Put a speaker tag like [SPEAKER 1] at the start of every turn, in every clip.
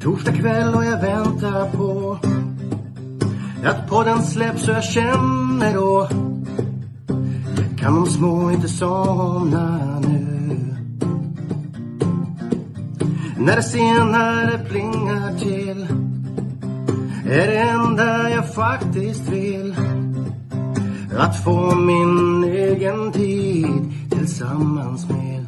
[SPEAKER 1] Torsdag kväll och jag väntar på att podden släpps och jag känner då kan de små inte somna nu. När det senare plingar till är det enda jag faktiskt vill att få min egen tid tillsammans med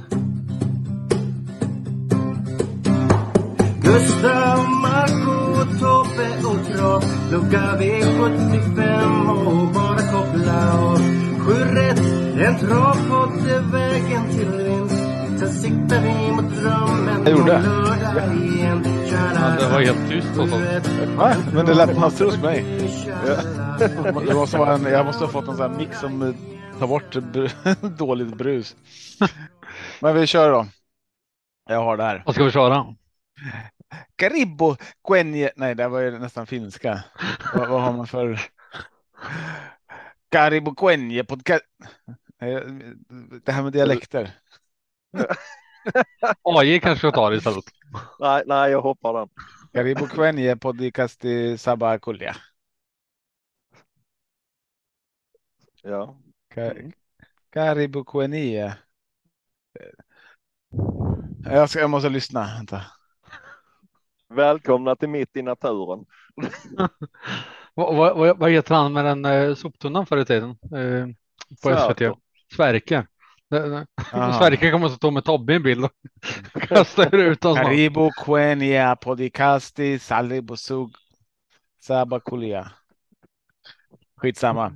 [SPEAKER 1] Gustav, Marco, Tobbe och Trav. Lucka V75 och bara koppla av. 7 rätt, en travpodd är vägen till vinst. Sen siktar vi mot drömmen.
[SPEAKER 2] Jag gjorde.
[SPEAKER 1] Igen.
[SPEAKER 3] Ja, det var helt tyst och så.
[SPEAKER 2] Nej, men det lät massor hos mig. Det måste vara jag måste ha fått en sån här mix som tar bort dåligt brus. Men vi kör då. Jag har det här.
[SPEAKER 3] Vad ska vi köra?
[SPEAKER 2] Karibu Kwenye. Nej, det var ju nästan finska. Vad har man för Karibu Kwenye podcast? Det här med dialekter.
[SPEAKER 3] AI kanske jag tar istället.
[SPEAKER 4] Nej, jag hoppar den.
[SPEAKER 2] Karibu Kwenye podcast i Sabakulja.
[SPEAKER 4] Ja.
[SPEAKER 2] Karibu Kwenye. Jag måste lyssna. Vänta.
[SPEAKER 4] Välkomna till Mitt i naturen.
[SPEAKER 3] Vad heter han med den soptunnan förr i tiden? På SVT. Sverker. Sverker kommer att stå med Tobbe i en bild och kasta ut oss.
[SPEAKER 2] Karibu Kwenye podcast i Sabakulja. Skitsamma.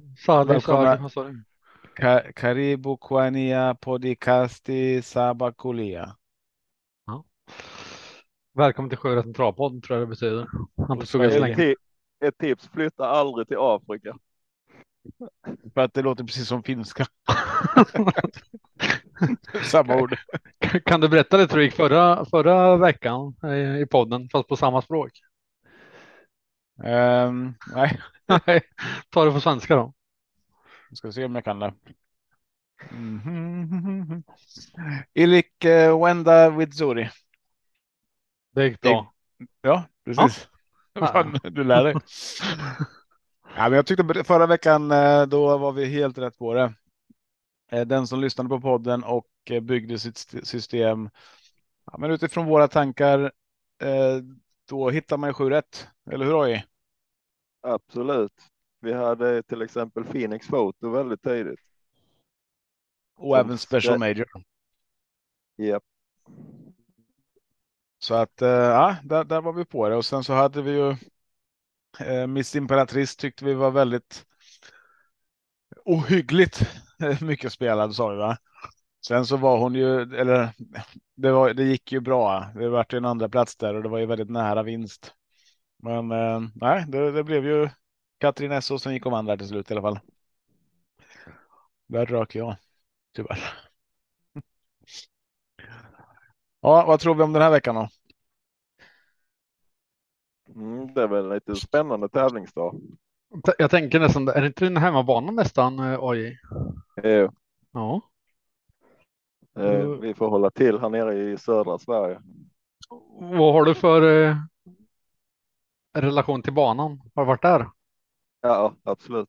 [SPEAKER 2] Karibu Kwenye podcast i Sabakulja.
[SPEAKER 3] Ja. Välkommen till Sjörätten Travpodd, tror jag det betyder. Han såg så länge.
[SPEAKER 4] Ett tips, flytta aldrig till Afrika.
[SPEAKER 2] För att det låter precis som finska. Samma ord.
[SPEAKER 3] Kan du berätta det, tror jag, förra veckan i podden, fast på samma språk?
[SPEAKER 2] Nej.
[SPEAKER 3] Ta det på svenska då.
[SPEAKER 2] Jag ska se om jag kan det. Ilik Wenda Vitsuri.
[SPEAKER 3] Det gick bra.
[SPEAKER 2] Ja, precis. Ja. Du lär dig. Ja, men jag tyckte förra veckan då var vi helt rätt på det. Den som lyssnade på podden och byggde sitt system, ja, men utifrån våra tankar, då hittar man 7 rätt. Eller hur, Roy?
[SPEAKER 4] Absolut. Vi hade till exempel Phoenix Photo väldigt tidigt.
[SPEAKER 2] Och även Special Major.
[SPEAKER 4] Yep.
[SPEAKER 2] Så att ja, där var vi på det. Och sen så hade vi ju Miss Imperatrice, tyckte vi var väldigt ohyggligt mycket spelad, sa vi, va? Sen så var hon ju, eller det gick ju bra. Det var ju en andra plats där och det var ju väldigt nära vinst. Men nej, det blev ju Katrin Esso som gick om andra till slut i alla fall. Där rök jag, tyvärr. Ja, vad tror vi om den här veckan då?
[SPEAKER 4] Det är väl lite spännande tävlingsdag.
[SPEAKER 3] Jag tänker nästan, är det inte den hemmabanan nästan, AI? Ja.
[SPEAKER 4] Vi får hålla till här nere i södra Sverige.
[SPEAKER 3] Vad har du för relation till banan? Har du varit där?
[SPEAKER 4] Ja, absolut.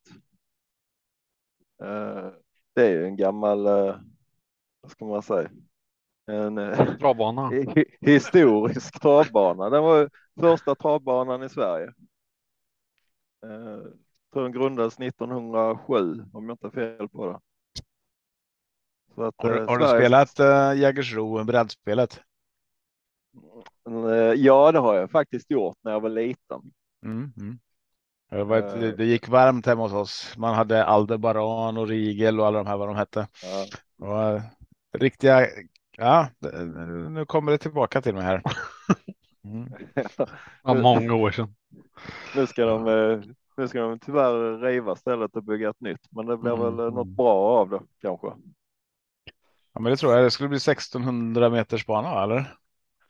[SPEAKER 4] Det är ju en gammal, vad ska man säga? En
[SPEAKER 3] travbana.
[SPEAKER 4] Historisk travbana. Den var första travbanan i Sverige. Tror den grundades 1907, om jag inte har fel på det. Så att,
[SPEAKER 2] har du spelat Jägersro, brädspelet?
[SPEAKER 4] Ja, det har jag faktiskt gjort när jag var liten.
[SPEAKER 2] Det gick varmt hemma hos oss. Man hade Aldebaran och Rigel och alla de här, vad de hette. Ja. Och, riktiga, ja, nu kommer det tillbaka till mig här.
[SPEAKER 3] Ja, många år sedan.
[SPEAKER 4] Nu ska de tyvärr riva stället och bygga ett nytt. Men det blir väl något bra av det kanske.
[SPEAKER 2] Ja, men det tror jag. Det skulle bli 1600 meters bana, eller?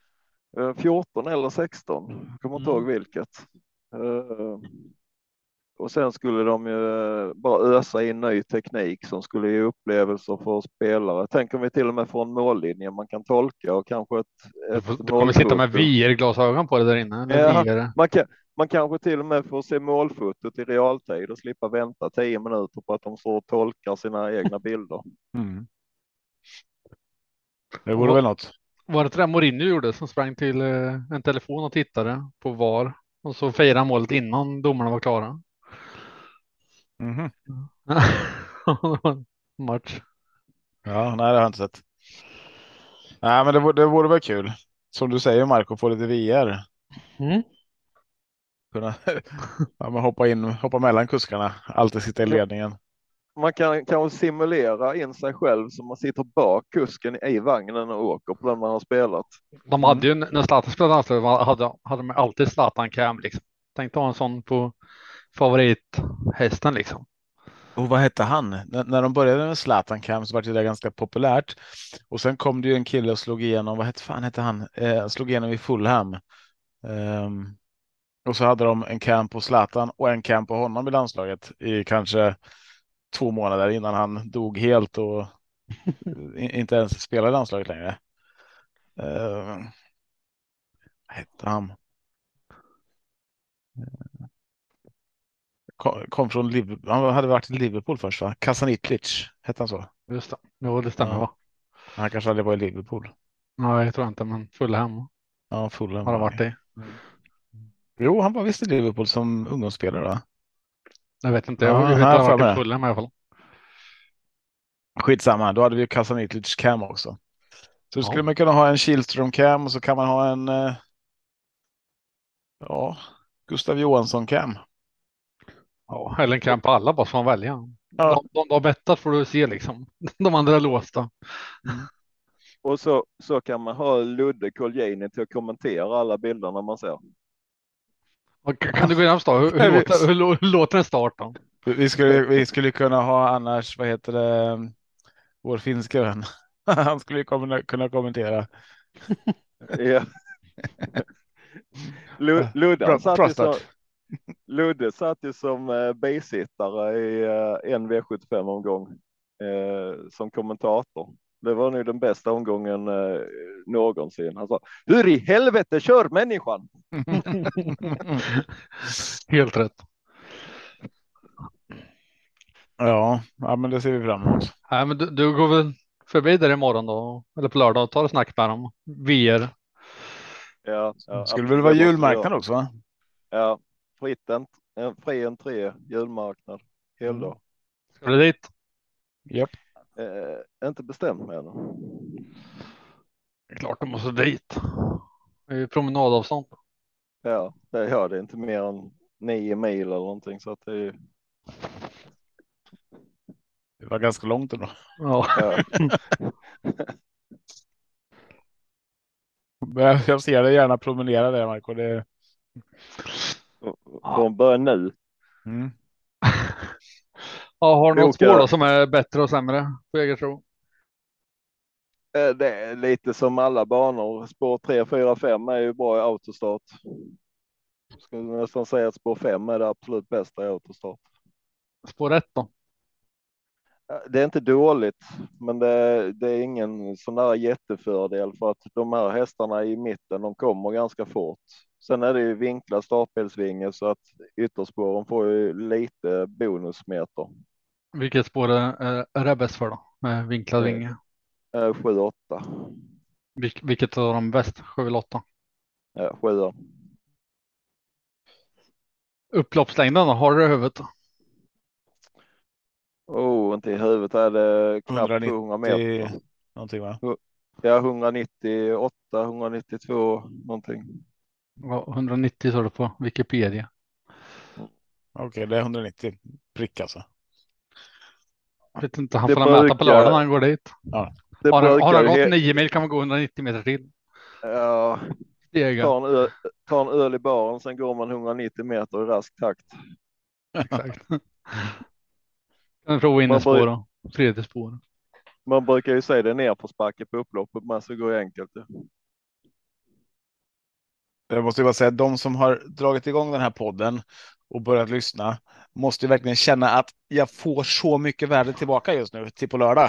[SPEAKER 4] 14 eller 16. Jag kommer inte ihåg vilket. Och sen skulle de ju bara ösa in ny teknik som skulle ge upplevelser för spelare. Tänk om vi till och med får en mållinje man kan tolka och kanske ett
[SPEAKER 3] Du kommer sitta med
[SPEAKER 4] målfoto.
[SPEAKER 3] VR-glasögon på det där inne. Eller
[SPEAKER 4] Ja,
[SPEAKER 3] VR.
[SPEAKER 4] man kanske till och med får se målfotot i realtid och slippa vänta 10 minuter på att de så tolkar sina egna bilder.
[SPEAKER 2] Mm. Det vore väl något.
[SPEAKER 3] Var det det Mourinho gjorde som sprang till en telefon och tittade på VAR och så firade han målet innan domarna var klara.
[SPEAKER 2] Mhm.
[SPEAKER 3] Match.
[SPEAKER 2] Ja, nej, det har jag inte sett. Nej, men det vore väl kul. Som du säger, Marco, få lite VR.
[SPEAKER 3] Mm.
[SPEAKER 2] Kunna ja, men hoppa mellan kuskarna. Alltid sitta i ledningen.
[SPEAKER 4] Man kan kanske simulera in sig själv som man sitter bak kusken i vagnen och åker på den man har spelat.
[SPEAKER 3] De hade ju, när Zlatan spelade landslaget hade de alltid Zlatan Cam liksom. Tänkte ha en sån på favorithästen liksom.
[SPEAKER 2] Och vad hette han? När de började med Zlatan Cam så var det ganska populärt. Och sen kom det ju en kille och slog igenom. Vad hette han? Slog igenom i Fulham. Och så hade de en cam på Zlatan och en cam på honom i landslaget i kanske 2 månader innan han dog helt och inte ens spelade i landslaget längre. Vad hette han? Kom från Liverpool. Han hade varit i Liverpool först, va? Kasanitlic, hette han så?
[SPEAKER 3] Just det. Jo, det stämmer,
[SPEAKER 2] Ja.
[SPEAKER 3] va?
[SPEAKER 2] Han kanske aldrig var i Liverpool.
[SPEAKER 3] Nej, jag tror inte, men Fulham
[SPEAKER 2] Ja, Fulham
[SPEAKER 3] har han varit i.
[SPEAKER 2] Jo, han var visst i Liverpool som ungdomsspelare, va?
[SPEAKER 3] Jag vet inte,
[SPEAKER 2] Ja,
[SPEAKER 3] jag vet inte
[SPEAKER 2] här
[SPEAKER 3] om han
[SPEAKER 2] för
[SPEAKER 3] varit
[SPEAKER 2] mig.
[SPEAKER 3] i Fulham i alla fall.
[SPEAKER 2] Skitsamma, då hade vi Kasanitlic cam också. Så
[SPEAKER 3] Ja.
[SPEAKER 2] skulle man kunna ha en Kihlström cam och så kan man ha en Gustav Johansson cam.
[SPEAKER 3] Ja, eller en cam på alla bara som man välja.
[SPEAKER 2] Ja.
[SPEAKER 3] De har bettat får du se liksom. De andra är låsta.
[SPEAKER 4] Och så kan man ha Ludde Colgjini till att kommentera alla bilderna man ser.
[SPEAKER 3] Och kan du gå igenom start? Hur låter en start då?
[SPEAKER 2] Vi skulle kunna ha annars, vad heter det, vår finska vän. Han skulle ju kunna kommentera.
[SPEAKER 4] Ja. Ludde satt ju som bisittare i en V75-omgång som kommentator. Det var nu den bästa omgången någonsin. Han sa, hur i helvete kör människan?
[SPEAKER 3] Helt rätt.
[SPEAKER 2] Ja, men det ser vi fram emot.
[SPEAKER 3] Nej, men du går väl förbi där imorgon då, eller på lördag och tar ett snack med dem. VR.
[SPEAKER 4] Ja,
[SPEAKER 2] skulle väl vara julmarknad också, va?
[SPEAKER 4] Ja, fri entré, julmarknad, hela dag.
[SPEAKER 3] Ska du dit?
[SPEAKER 2] Japp.
[SPEAKER 4] Inte bestämt med ännu.
[SPEAKER 3] Det är klart du måste dit. Det är ju promenadavstånd.
[SPEAKER 4] Ja, det är inte mer än 9 mil eller någonting, så att det är...
[SPEAKER 2] Det var ganska långt ändå.
[SPEAKER 3] Ja.
[SPEAKER 2] Jag ser det gärna promenera där, Marco. Det...
[SPEAKER 4] Från början nu.
[SPEAKER 2] Mm.
[SPEAKER 3] Ja, har du något spår då som är bättre och sämre på Jägersro?
[SPEAKER 4] Det är lite som alla banor. Spår 3, 4, 5 är ju bra i autostart. Skulle nästan säga att spår 5 är det absolut bästa i autostart.
[SPEAKER 3] Spår 1 då?
[SPEAKER 4] Det är inte dåligt, men det är ingen sån där jättefördel för att de här hästarna i mitten, de kommer ganska fort. Sen är det ju vinkla startbilsvinge så att ytterspåren får ju lite bonusmeter.
[SPEAKER 3] Vilket spår är det bäst för då? Med vinklad vinge?
[SPEAKER 4] 7-8.
[SPEAKER 3] Vilket av dem bäst? 7 eller 8?
[SPEAKER 4] 7.
[SPEAKER 3] Upploppslängden då? Har du i huvudet?
[SPEAKER 4] Inte i huvudet, är det knappt
[SPEAKER 2] 190
[SPEAKER 4] 100 meter.
[SPEAKER 2] Någonting, va?
[SPEAKER 4] Ja, 198, 192 någonting.
[SPEAKER 3] Ja, 190 står det på Wikipedia.
[SPEAKER 2] Okej, det är 190 prick alltså.
[SPEAKER 3] Jag vet inte, han får mäta på lördag när han går dit.
[SPEAKER 2] Ja.
[SPEAKER 3] Har han gått 9 mil kan man gå 190 meter till.
[SPEAKER 4] Ja, ta en öl i baren, sen går man 190 meter i rask takt.
[SPEAKER 3] Exakt. Kan prova innespår och tredje spår.
[SPEAKER 4] Man brukar ju säga det ner på spacke på upploppet, men så går det enkelt. Jag
[SPEAKER 2] måste ju bara säga att de som har dragit igång den här podden och börjat lyssna måste verkligen känna att jag får så mycket värde tillbaka just nu till på lördag.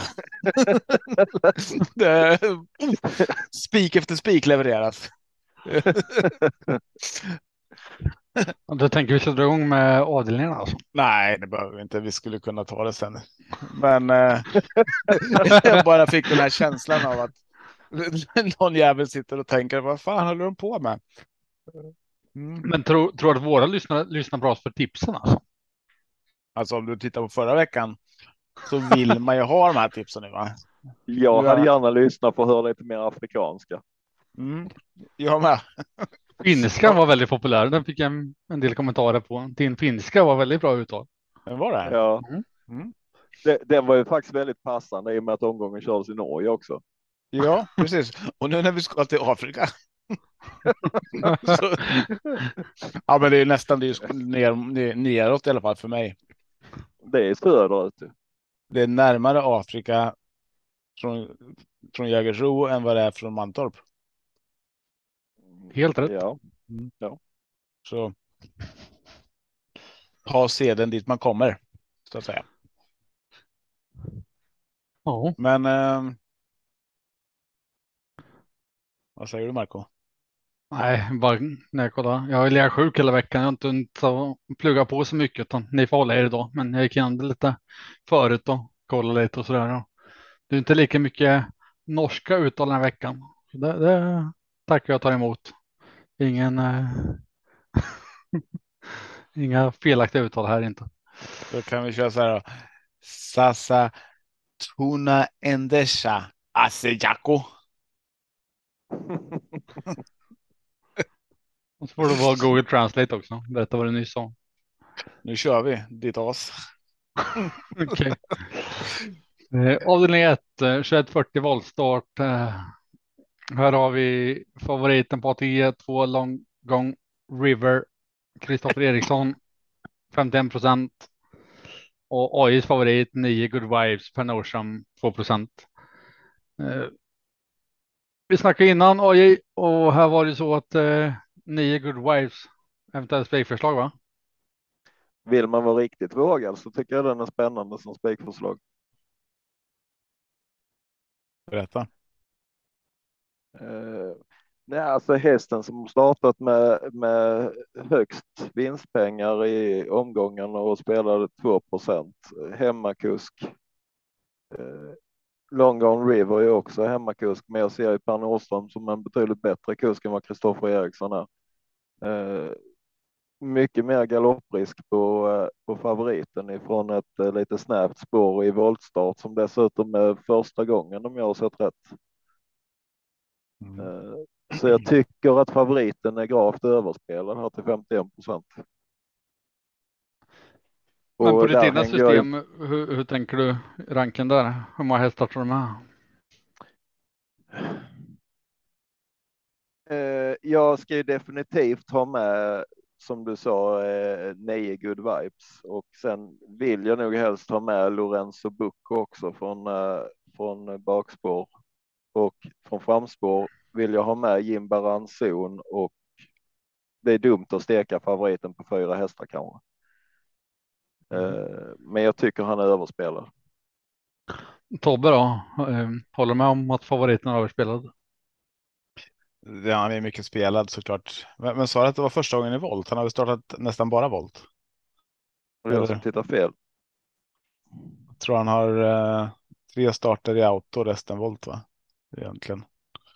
[SPEAKER 2] Spik efter spik levereras.
[SPEAKER 3] Du tänker vi ska dra igång med avdelningen alltså?
[SPEAKER 2] Nej, det behöver vi inte. Vi skulle kunna ta det sen. Men jag bara fick den här känslan av att någon jävel sitter och tänker, vad fan håller de på med?
[SPEAKER 3] Men tror att våra lyssnar bra för tipsen alltså?
[SPEAKER 2] Alltså om du tittar på förra veckan så vill man ju ha de här tipsen nu, va?
[SPEAKER 4] Jag hade gärna lyssnat på att höra lite mer afrikanska.
[SPEAKER 2] Jag med.
[SPEAKER 4] Finskan
[SPEAKER 3] var väldigt populär. Den fick jag en del kommentarer på. Din finska var väldigt bra uttal.
[SPEAKER 2] Den var det?
[SPEAKER 4] Ja. Den var ju faktiskt väldigt passande i och med att omgången kördes i Norge också.
[SPEAKER 2] Ja, precis. Och nu när vi ska till Afrika. Så, ja, men det är nästan neråt i alla fall för mig.
[SPEAKER 4] Det är söderut.
[SPEAKER 2] Det är närmare Afrika från Jägersro än vad det är från Mantorp.
[SPEAKER 3] Helt rätt.
[SPEAKER 4] Ja.
[SPEAKER 2] Så ha seden dit man kommer, så att säga.
[SPEAKER 3] Ja.
[SPEAKER 2] Men vad säger du, Marco?
[SPEAKER 3] Nej, bara när jag kollar. Jag har legat sjuk hela veckan. Jag har inte hunnit plugga på så mycket, utan ni får hålla er idag. Men jag gick igenom det lite förut och kolla lite och sådär. Det är inte lika mycket norska uttal den här veckan. Det tackar jag tar emot. Inga felaktiga uttal här inte.
[SPEAKER 2] Då kan vi köra så här då. Sasa Tuna Endesha Asejako.
[SPEAKER 3] Och så får det vara Google Translate också. Berätta vad du nyss sa.
[SPEAKER 2] Nu kör vi ditt as.
[SPEAKER 3] Okej. Avdelning 1, 2140 voltstart. Här har vi favoriten på ATG 2 Long Gone River. Kristoffer Eriksson 51%. Och AIs favorit 9 Good Vibes per Norsham 2%. Vi snackade innan AI och här var det så att 9 Good Vibes eventuellt spikförslag, va?
[SPEAKER 4] Vill man vara riktigt vågad så tycker jag den är spännande som spikförslag.
[SPEAKER 2] Berätta.
[SPEAKER 4] Nej, alltså hästen som startat med högst vinstpengar i omgången och spelade 2%. Hemmakusk. Long Gone River är också hemmakusk, men jag ser ju Per Nordström som en betydligt bättre kusk än vad Kristoffer Eriksson är. Mycket mer galopprisk på favoriten ifrån ett lite snävt spår i voltstart som dessutom är första gången om jag har sett rätt. Så jag tycker att favoriten är gravt överspelad här till 51%.
[SPEAKER 3] Men på ditt egna system, hur tänker du ranken där? Hur många hästar tror du med?
[SPEAKER 4] Jag ska ju definitivt ha med, som du sa, 9 Good Vibes och sen vill jag nog helst ha med Lorenzo Bucco också från bakspår, och från framspår vill jag ha med Jim Baranzon, och det är dumt att steka favoriten på 4 hästar kanske. Men jag tycker han är överspelad.
[SPEAKER 3] Tobbe då? Håller med om att favoriten är överspelad?
[SPEAKER 2] Ja, han är mycket spelad såklart. Men sa att det var första gången i volt? Han hade startat nästan bara volt.
[SPEAKER 4] Och jag som tittar fel.
[SPEAKER 2] Jag tror han har 3 starter i auto och resten volt, va? Egentligen.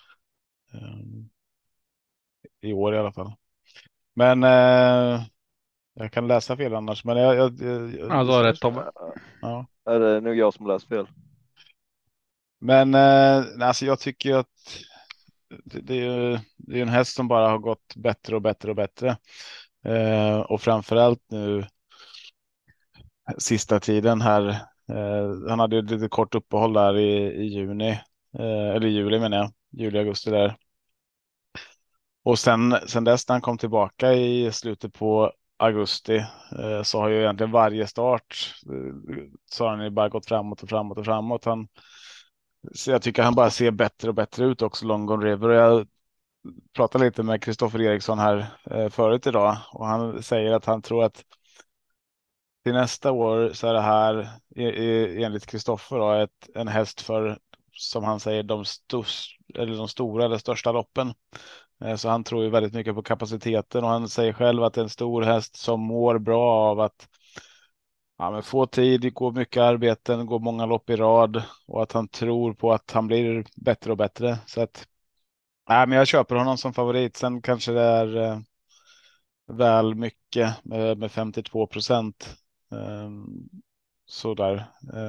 [SPEAKER 2] I år i alla fall. Men jag kan läsa fel annars. Men
[SPEAKER 3] ja, du har rätt, Tobbe.
[SPEAKER 2] Ja.
[SPEAKER 4] Är det nog jag som läst fel?
[SPEAKER 2] Men alltså jag tycker att det är en häst som bara har gått bättre och bättre och bättre. Och framförallt nu sista tiden här. Han hade ju ett lite kort uppehåll där i juni. Eller juli menar jag. Juli, augusti där. Och sen dess när han kom tillbaka i slutet på augusti så har ju egentligen varje start så har han ju bara gått framåt och framåt och framåt. Så jag tycker han bara ser bättre och bättre ut också, Long Gone River. Och jag pratade lite med Kristoffer Eriksson här förut idag och han säger att han tror att till nästa år så är det här enligt Kristoffer då, en häst för, som han säger, de stora eller största loppen. Så han tror ju väldigt mycket på kapaciteten och han säger själv att det är en stor häst som mår bra av att men få tid, gå mycket arbeten, gå många lopp i rad och att han tror på att han blir bättre och bättre. Så att men jag köper honom som favorit. Sen kanske det är väl mycket med 52%. Sådär.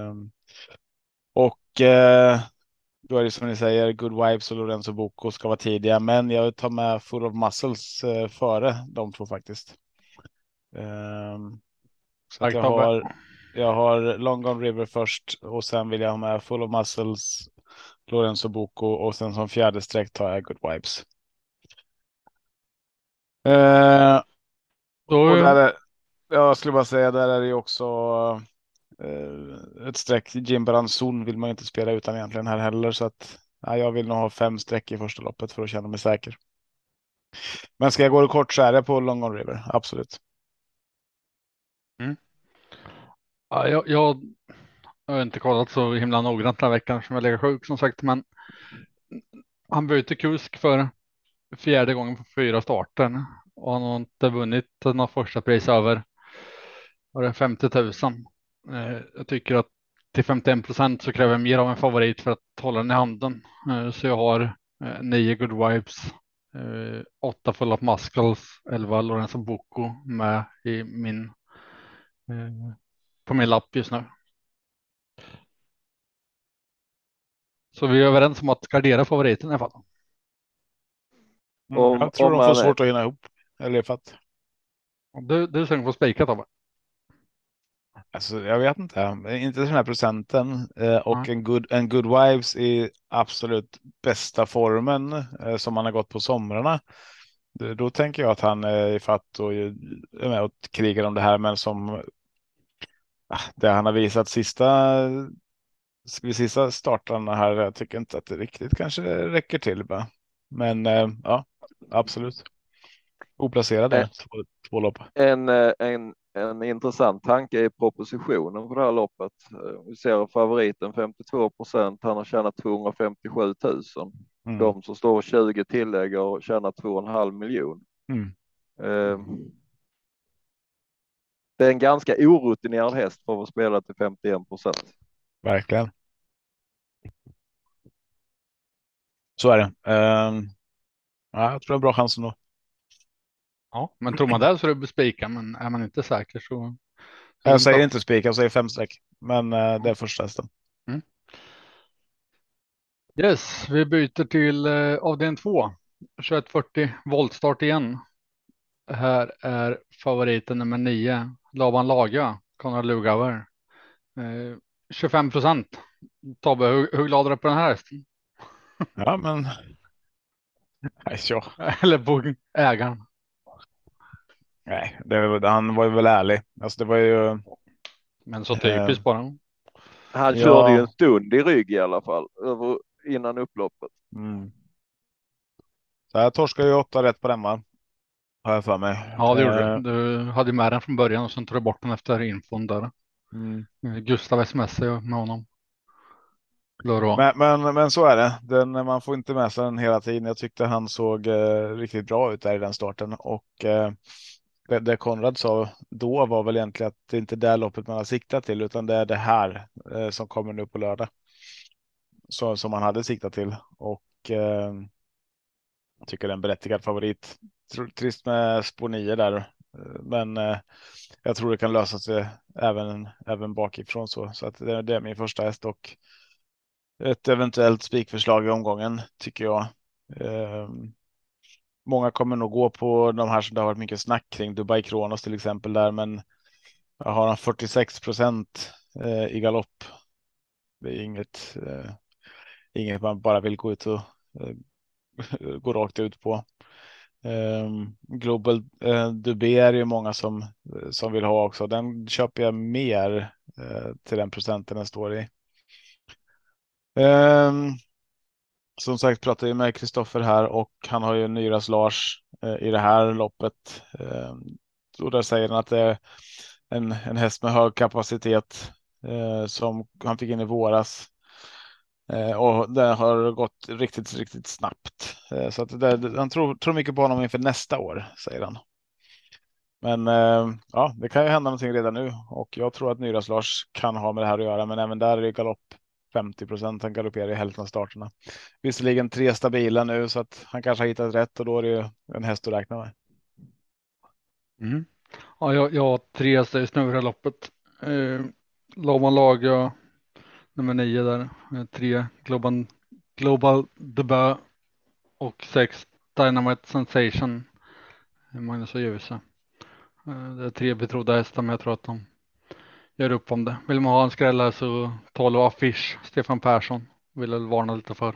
[SPEAKER 2] Och då är det som ni säger, Good Vibes och Lorenzo Bocco ska vara tidiga. Men jag tar med Full of Muscles före de två faktiskt. Så att jag har Long Gone River först och sen vill jag ha med Full of Muscles, Lorenzo Bocco och sen som fjärde streck tar jag Good Vibes. Och jag skulle bara säga, där är det ju också ett streck. Jim Baranzon vill man inte spela utan egentligen här heller. Så att jag vill nog ha 5 streck i första loppet för att känna mig säker. Men ska jag gå det kort så är det på Long Gone River, absolut.
[SPEAKER 3] Ja, jag har inte kollat så himla noggrant den här veckan som jag lägger sjuk som sagt, men han byter kusk för 4:e gången på 4 starten och han har inte vunnit några första pris över 50 000. Jag tycker att till 51% så kräver jag mer av en favorit för att hålla den i handen. Så jag har 9 Good Vibes, 8 Full of Muscles, 11 Lorenzo Bocco med i på min lapp just nu. Så vi är överens om att gardera favoriten i alla fall.
[SPEAKER 2] Jag tror de får svårt att hinna ihop. Eller fatt.
[SPEAKER 3] Du sen får spika, Tobbe.
[SPEAKER 2] Alltså, jag vet inte. Inte den här procenten. Och en good Vibes i absolut bästa formen som man har gått på somrarna. Då tänker jag att han är i fatt och är med och krigar om det här. Men som det han har visat vid sista startarna här, jag tycker inte att det riktigt kanske räcker till. Men ja, absolut. Oplacerad där, två lopp.
[SPEAKER 4] En intressant tanke i propositionen för det här loppet. Vi ser favoriten 52%, han har tjänat 257 000. De som står 20 tillägg och tjänat 2,5 miljoner. Det är en ganska orutinerad häst för att spela till 51%.
[SPEAKER 2] Verkligen. Så är det. Jag tror det är bra chans ändå.
[SPEAKER 3] Ja, men tror man det så är det spika, men är man inte säker så...
[SPEAKER 2] Jag säger inte spika, jag säger 5 streck. Men det är första hästen.
[SPEAKER 3] Yes, vi byter till avdelning 2. 2140 voltstart igen. Här är favoriten nummer 9. Laban Laga, Conrad Lugauer. 25%. Tobbe, hur glad är du på den här hästen?
[SPEAKER 2] Ja, men...
[SPEAKER 3] Eller på ägaren.
[SPEAKER 2] Nej, han var ju väl ärlig. Alltså det var ju...
[SPEAKER 3] Men så typiskt bara.
[SPEAKER 4] Han körde ju en stund i rygg i alla fall. Innan upploppet.
[SPEAKER 2] Så jag torskade ju 8 rätt på den, va? Har jag för mig.
[SPEAKER 3] Ja, det gjorde du. Du hade med den från början och sen tog du bort den efter infon där. Gustav smsade med honom.
[SPEAKER 2] Men så är det. Man får inte med sig den hela tiden. Jag tyckte han såg riktigt bra ut där i den starten. Och det Konrad sa då var väl egentligen att det inte är det loppet man har siktat till, utan det är det här som kommer nu på lördag. Som man hade siktat till. Och jag tycker det är en berättigad favorit. Trist med spår 9 där. Men jag tror det kan lösa sig även bakifrån så att det är min första häst och ett eventuellt spikförslag i omgången tycker jag. Många kommer nog gå på de här som det har varit mycket snack kring, Dubai Kronos till exempel där, men jag har 46% i galopp. Det är inget man bara vill gå ut och gå rakt ut på. Global Dubé är ju många som vill ha också. Den köper jag mer till den procenten den står i. Som sagt pratar jag med Kristoffer här och han har ju Nyras Lars i det här loppet. Och där säger han att en häst med hög kapacitet som han fick in i våras. Och det har gått riktigt snabbt. Så att han tror mycket på honom inför nästa år, säger han. Men ja, det kan ju hända någonting redan nu och jag tror att Nyras-Lars kan ha med det här att göra, men även där är det galopp 50%. Han galopperar i hälften av starterna. Visserligen 3 stabila nu så att han kanske har hittat rätt och då är det ju en häst att räkna med.
[SPEAKER 3] Mm. Ja, jag har 3 hästar just nu i det här loppet. Loman Lager, nummer 9 där. 3 Global Debut och 6 Dynamite Sensation. Magnus och Ljuse. Det är 3 betrodda hästar, men jag tror att de gör upp om det. Vill man ha en skrällare så 12 Affisch, Stefan Persson. Vill jag varna lite för.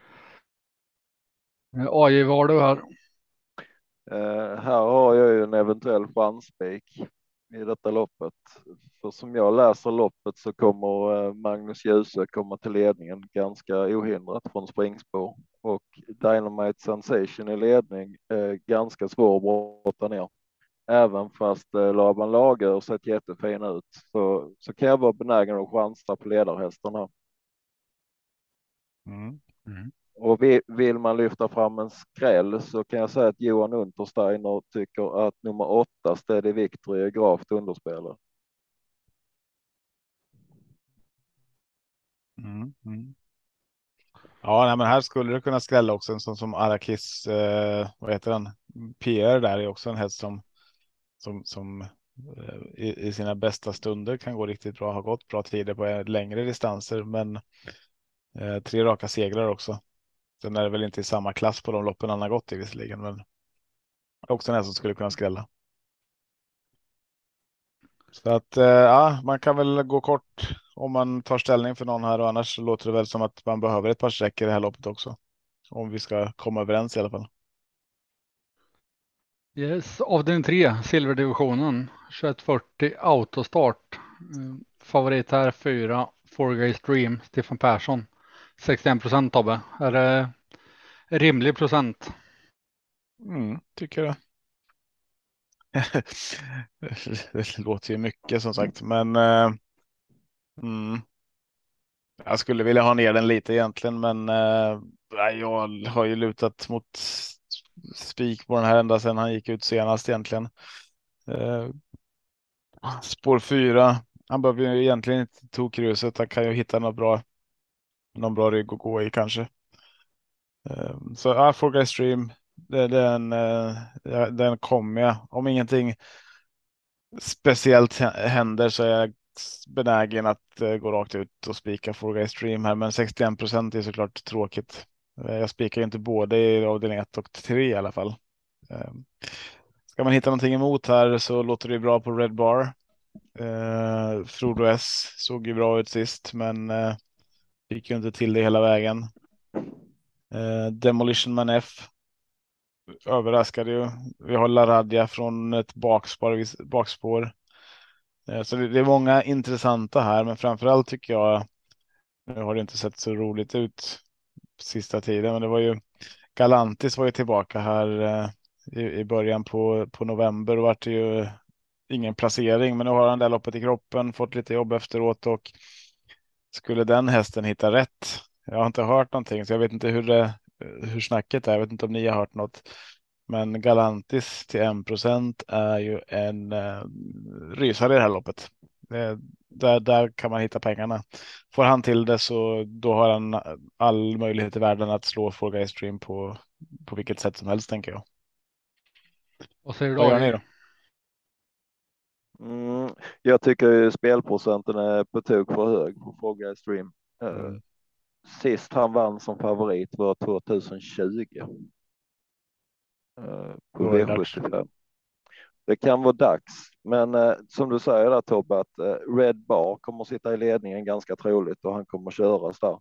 [SPEAKER 3] AJ, vad har du här?
[SPEAKER 4] Här har jag ju en eventuell chansspik i detta loppet. För som jag läser loppet så kommer Magnus Djuse komma till ledningen ganska ohindrat från springspår. Och Dynamite Sensation i ledning ganska svår att brotta ner. Även fast Laban Lager sett jättefin ut så kan jag vara benägen att chansa på ledarhästarna. Och vill man lyfta fram en skräll så kan jag säga att Johan Untersteiner tycker att nummer 8 Steady Victory är gravt underspelad.
[SPEAKER 2] Ja, nej, men här skulle det kunna skrälla också en sån som Arakis, vad heter den? PR där är också en häst som i sina bästa stunder kan gå riktigt bra, har gått bra tider på längre distanser, men 3 raka segrar också. Sen är det väl inte i samma klass på de loppen han har gått i visserligen, men också en häst som skulle kunna skrälla. Så att ja, man kan väl gå kort om man tar ställning för någon här och annars så låter det väl som att man behöver ett par sträckor i det här loppet också. Om vi ska komma överens i alla fall.
[SPEAKER 3] Yes, avdelning 3, silverdivisionen, 2140 autostart. Favorit här 4, Four Guys Dream, Stefan Persson. 61% Tobbe. Är det rimlig procent?
[SPEAKER 2] Tycker jag. Det låter ju mycket som sagt, men jag skulle vilja ha ner den lite egentligen, men jag har ju lutat mot spik på den här ända sedan han gick ut senast egentligen. Spår 4. Han behöver ju egentligen inte tokruset. Han kan ju hitta någon bra rygg att gå i kanske. Så ja, Four Guys Stream. Den kommer jag. Om ingenting speciellt händer så är jag benägen att gå rakt ut och spika Four Guys Stream här. Men 61% är såklart tråkigt. Jag spikar ju inte både i avdelning 1 och 3 i alla fall. Ska man hitta någonting emot här så låter det bra på Red Bar. Frodo S såg ju bra ut sist, men fick ju inte till det hela vägen. Demolition Man F överraskade ju. Vi har Laradja från ett bakspår. Så det är många intressanta här, men framförallt tycker jag, nu har det inte sett så roligt ut sista tiden, men det var ju Galantis var ju tillbaka här i början på november och vart det ju ingen placering, men nu har han det loppet i kroppen, fått lite jobb efteråt och skulle den hästen hitta rätt? Jag har inte hört någonting så jag vet inte hur snacket är. Jag vet inte om ni har hört något. Men Galantis till 1% är ju en rysare i det här loppet. Där kan man hitta pengarna. Får han till det så då har han all möjlighet i världen att slå Four Guys Stream på vilket sätt som helst tänker jag.
[SPEAKER 3] Vad säger du
[SPEAKER 2] Vad gör
[SPEAKER 3] då?
[SPEAKER 2] ni då?
[SPEAKER 4] Jag tycker spelprocenten är på tok för hög på Four Guys Stream. Sist han vann som favorit var 2020. På V75. Det kan vara dags, men som du säger där Tobbe, att Red Bar kommer sitta i ledningen ganska troligt och han kommer köras där.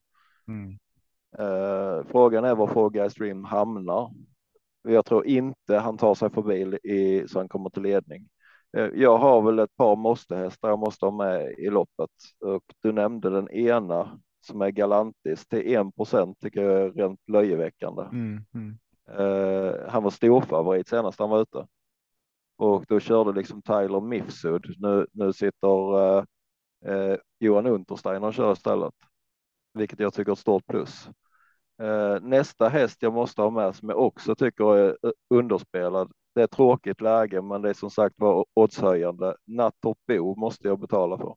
[SPEAKER 4] Frågan är var Four Guys Dream hamnar. Jag tror inte han tar sig förbi så han kommer till ledning. Jag har väl ett par måste-hästar jag måste ha med i loppet och du nämnde den ena som är Galantis till 1% tycker jag är rent löjeväckande. Han var stor favorit senast han var ute. och då körde liksom Tyler Mifsud. Nu sitter Johan Untersteiner och kör istället, vilket jag tycker är ett stort plus. Nästa häst jag måste ha med som jag också tycker är underspelad. Det är tråkigt läge, men det är som sagt var oddshöjande. Nattorp Bo måste jag betala för.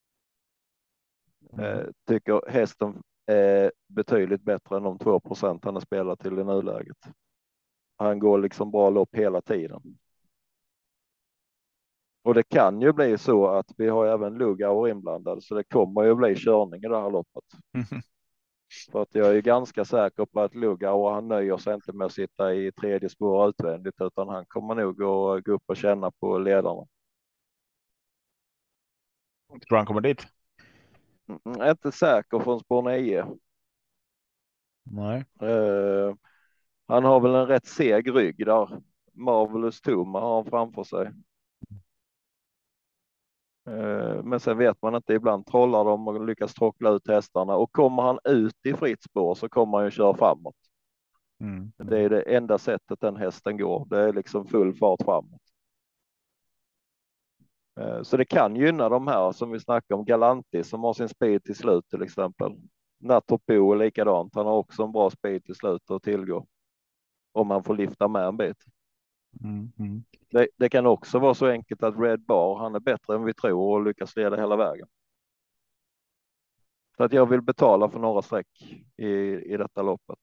[SPEAKER 4] Tycker hästen är betydligt bättre än de 2% han har spelat till i nuläget. Han går liksom bra lopp hela tiden. Och det kan ju bli så att vi har även Lugauer inblandad, så det kommer ju bli körning i det här loppet. För att jag är ganska säker på att Lugauer, han nöjer sig inte med att sitta i tredje spår utvändigt, utan han kommer nog att gå upp och känna på ledarna.
[SPEAKER 2] Jag tror han kommer dit.
[SPEAKER 4] Jag är inte säker från spår 9.
[SPEAKER 2] Nej.
[SPEAKER 4] Han har väl en rätt seg rygg där. Marvelous Toma har han framför sig. Men sen vet man inte, ibland trollar de och lyckas trockla ut hästarna, och kommer han ut i fritt spår så kommer han ju köra framåt. Det är det enda sättet den hästen går. Det är liksom full fart framåt. Så det kan gynna de här som vi snackar om, Galantis som har sin speed till slut till exempel. Nattorp Bo är likadant. Han har också en bra speed till slut att tillgå. Om han får lyfta med en bit. Det kan också vara så enkelt att Red Bar, han är bättre än vi tror och lyckas leda hela vägen. Så att jag vill betala för några streck i detta loppet.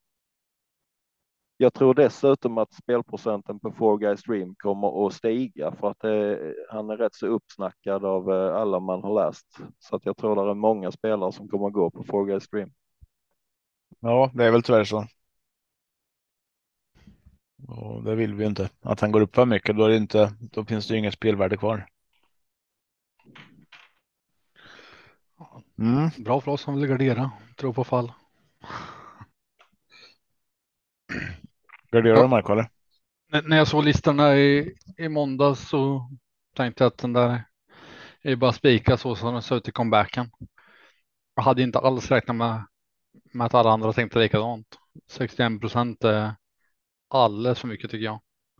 [SPEAKER 4] Jag tror dessutom att spelprocenten på Four Guys Dream kommer att stiga, för att han är rätt så uppsnackad av alla man har läst. Så att jag tror det är många spelare som kommer att gå på Four Guys Dream.
[SPEAKER 2] Ja, det är väl tyvärr så. Och det vill vi inte. Att han går upp för mycket, då finns det ju inget spelvärde kvar.
[SPEAKER 3] Bra för oss som vill gardera. Tro på fall.
[SPEAKER 2] Garderar du Marco, eller?
[SPEAKER 3] När jag såg listorna i måndag så tänkte jag att den där är bara spika så som den ser ut i comebacken. Jag hade inte alls räknat med att alla andra tänkte likadant. 61% är alldeles för mycket tycker jag.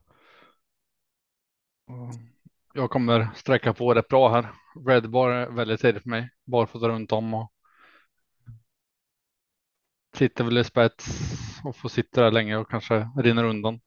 [SPEAKER 3] Jag kommer sträcka på rätt bra här. Red Bar är väldigt tidigt för mig. Barfota runt om och sitter väl i spets och får sitta där länge och kanske rinner undan.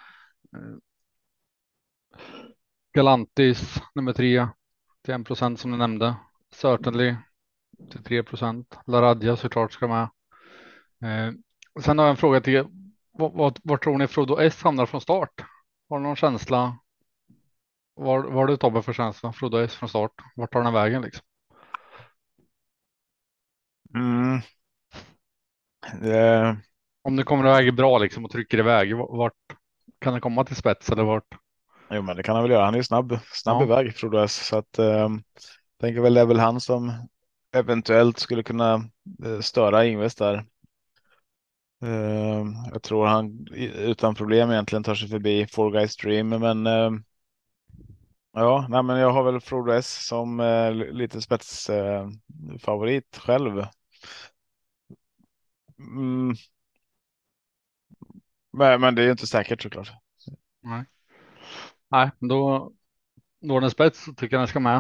[SPEAKER 3] Galantis nummer 3 till 1% som du nämnde. Certainly till 3%. Laradja såklart ska med. Sen har jag en fråga till er. Var tror ni Frodo S hamnar från start? Har du någon känsla? Vad har du Tobbe för känsla? Frodo S från start. Vart tar den vägen liksom? Om det kommer iväg bra liksom och trycker iväg, vart kan det komma till spets eller vart?
[SPEAKER 2] Jo, men det kan han väl göra. Han är snabb
[SPEAKER 3] Ja.
[SPEAKER 2] iväg, Frodo S. Så att tänker väl det är väl han som eventuellt skulle kunna störa Ingves där. Jag tror han utan problem egentligen tar sig förbi Four Guys Dream, men ja, nej, men jag har väl Frodo S som lite spetsfavorit själv. Men det är ju inte säkert såklart.
[SPEAKER 3] Nej, då är den spets så tycker jag den ska med.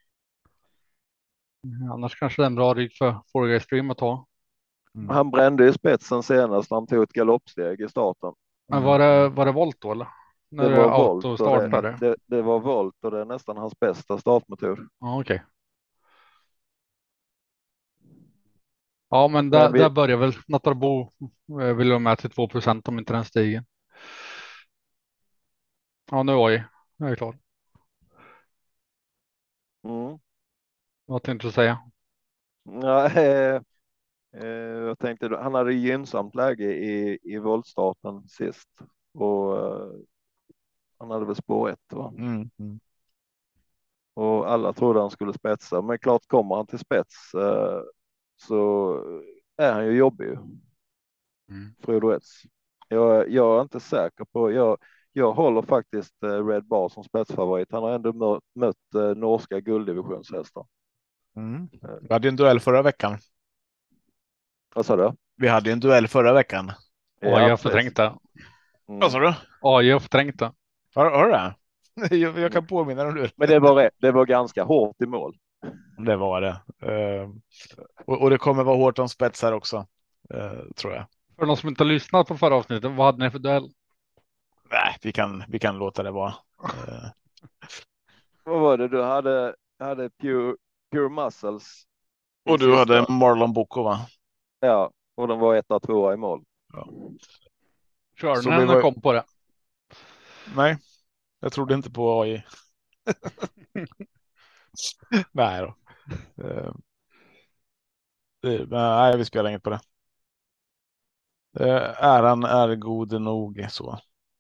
[SPEAKER 3] Annars kanske det är en bra rygg för Four Guys Dream att ta.
[SPEAKER 4] Han brände ju spetsen senast när han tog ett galoppsteg i starten.
[SPEAKER 3] Men var det volt då eller? När
[SPEAKER 4] det var volt och
[SPEAKER 3] startade.
[SPEAKER 4] Det var volt och det är nästan hans bästa startmetod.
[SPEAKER 3] Ja, okej. Ja, men där börjar väl Nattarbo vill ha med till 2% om inte den stiger. Ja, nu var jag är klar. Vad tänkte du säga?
[SPEAKER 4] Ja, jag tänkte han hade gynnsamt läge i voltstarten sist och han hade väl spår 1 va? Och alla trodde han skulle spetsa, men klart kommer han till spets så är han ju jobbig. Frodo S. Jag är inte säker på, jag håller faktiskt Red Bar som spetsfavorit. Han har ändå mött norska gulddivisionshästar.
[SPEAKER 2] Vi hade en duell förra veckan.
[SPEAKER 4] Vad sa du?
[SPEAKER 2] Vi hade en duell förra veckan.
[SPEAKER 3] Ja, jag har förträngt det.
[SPEAKER 2] Vad sa du?
[SPEAKER 3] Ja, jag har förträngt det.
[SPEAKER 2] Har du det? Jag kan påminna om det.
[SPEAKER 4] Men det var ganska hårt i mål.
[SPEAKER 2] Det var det. Och det kommer vara hårt om spetsar också, tror jag.
[SPEAKER 3] För de som inte har lyssnat på förra avsnittet, vad hade ni för duell?
[SPEAKER 2] Nej, vi kan låta det vara.
[SPEAKER 4] Vad var det du hade Pure Muscles?
[SPEAKER 2] Och du hade Marlon Bocco, va?
[SPEAKER 4] Ja, och de var 1-2 i mål.
[SPEAKER 2] Ja.
[SPEAKER 3] Körnen kom på det.
[SPEAKER 2] Nej, jag trodde inte på AI. Nej då. Nej, vi spelar inget på det. Äran är god nog så.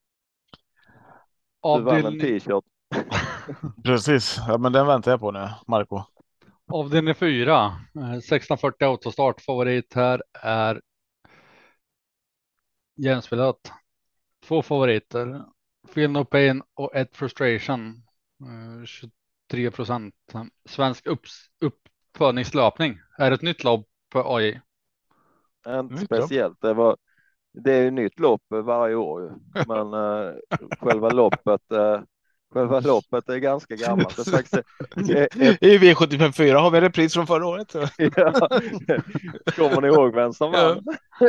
[SPEAKER 4] Du vann en t-shirt.
[SPEAKER 2] Precis, ja, men den väntar jag på nu, Marco.
[SPEAKER 3] Avdelning 4, 1640 autostart. Favorit här är jämspelat. 2 favoriter. Feel No Pain och Ed Frustration. 23%. Svensk uppfödningslöpning. Är ett nytt lopp för AI.
[SPEAKER 4] Inte speciellt. Det är ju nytt lopp varje år ju. Men själva loppet är ganska gammalt.
[SPEAKER 2] I V75-4 har vi en repris från förra året.
[SPEAKER 4] Ja. Kommer ni ihåg vem som vann?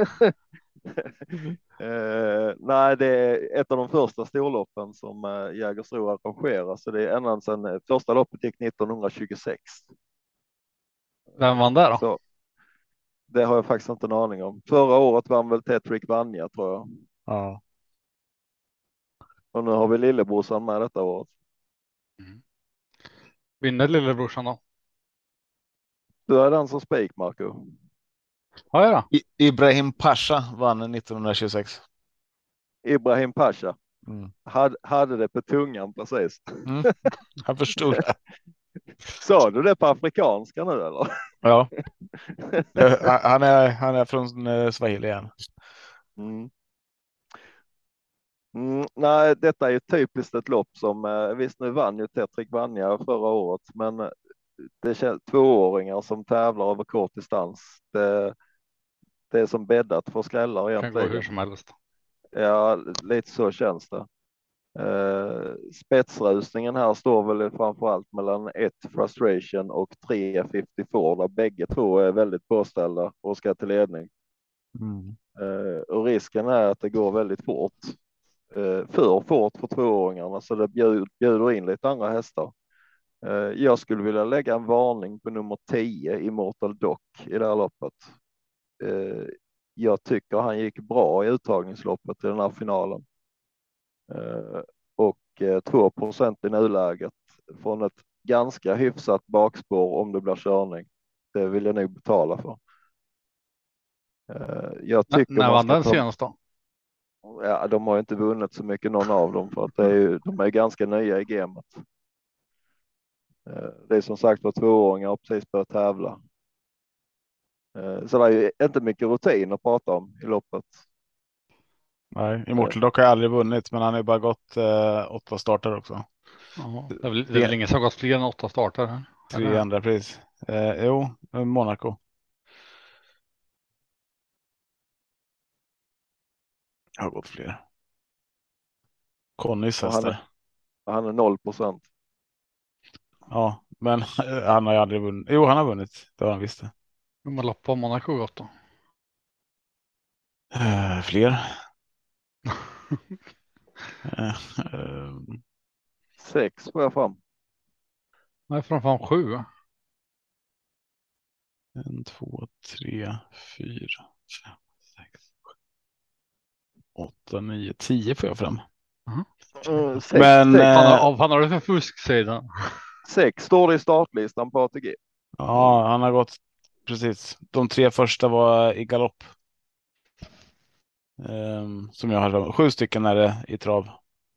[SPEAKER 4] Nej, det är ett av de första storloppen som Jägersro arrangerar. Så det är ända sedan första loppet gick 1926.
[SPEAKER 3] Vem vann där då?
[SPEAKER 4] Så, det har jag faktiskt inte en aning om. Förra året vann väl Tetrick Vanja, tror jag.
[SPEAKER 2] Ja.
[SPEAKER 4] Och nu har vi lillebrorsan med detta året.
[SPEAKER 3] Vinner lillebrorsan då?
[SPEAKER 4] Du är den som spik, Marco.
[SPEAKER 3] Ja, då.
[SPEAKER 2] Ibrahim Pasha vann 1926.
[SPEAKER 4] Ibrahim Pasha. Hade det på tungan precis.
[SPEAKER 2] Jag förstod det.
[SPEAKER 4] Sa du det på afrikanska nu eller?
[SPEAKER 2] Ja. Han är från Swahili igen.
[SPEAKER 4] Nej, detta är ju typiskt ett lopp som visst, nu vann ju Tetrick Vanja förra året, men det känns tvååringar som tävlar över kort distans. Det är som bäddat för skrällar egentligen.
[SPEAKER 3] Kan gå hur som helst.
[SPEAKER 4] Ja, lite så känns det. Spetsrusningen här står väl framförallt mellan 1 Frustration och 3 54, där bägge två är väldigt påställda och ska till ledning. Och risken är att det går väldigt fort. För fort för tvååringarna, så det bjuder in lite andra hästar. Jag skulle vilja lägga en varning på nummer 10 Immortal Dock i det här loppet. Jag tycker han gick bra i uttagningsloppet i den här finalen. Och 2% i nuläget från ett ganska hyfsat bakspår om det blir körning. Det vill jag nog betala för. Jag tycker
[SPEAKER 3] när vann den senast då?
[SPEAKER 4] Ja, de har inte vunnit så mycket någon av dem, för att de är ganska nya i gamet. Det är som sagt var tvååringar och precis börjat tävla. Så det är ju inte mycket rutin att prata om i loppet.
[SPEAKER 2] Nej, Immortal Dock har aldrig vunnit, men han har ju bara gått 8 starter också.
[SPEAKER 3] Ja, det är väl ingen som har gått fler än 8 starter.
[SPEAKER 2] 3 andra pris. Jo, Monaco. Jag har gått fler. Connys hästar.
[SPEAKER 4] Han är 0%.
[SPEAKER 2] Ja, men han har ju aldrig vunnit. Jo, han har vunnit. Det har han visst.
[SPEAKER 3] Hur många lopp har Monaco gått då?
[SPEAKER 2] Fler.
[SPEAKER 4] 6 får jag fram.
[SPEAKER 3] Nej, framför 7.
[SPEAKER 2] 1, 2, 3, 4, 5, 6, 8, 9, 10 får jag fram.
[SPEAKER 3] Men han har det för fusksidan.
[SPEAKER 4] 6 står det i startlistan på ATG.
[SPEAKER 2] Ja, han har gått precis. De 3 första var i galopp. Som jag hade 7 stycken är det i trav.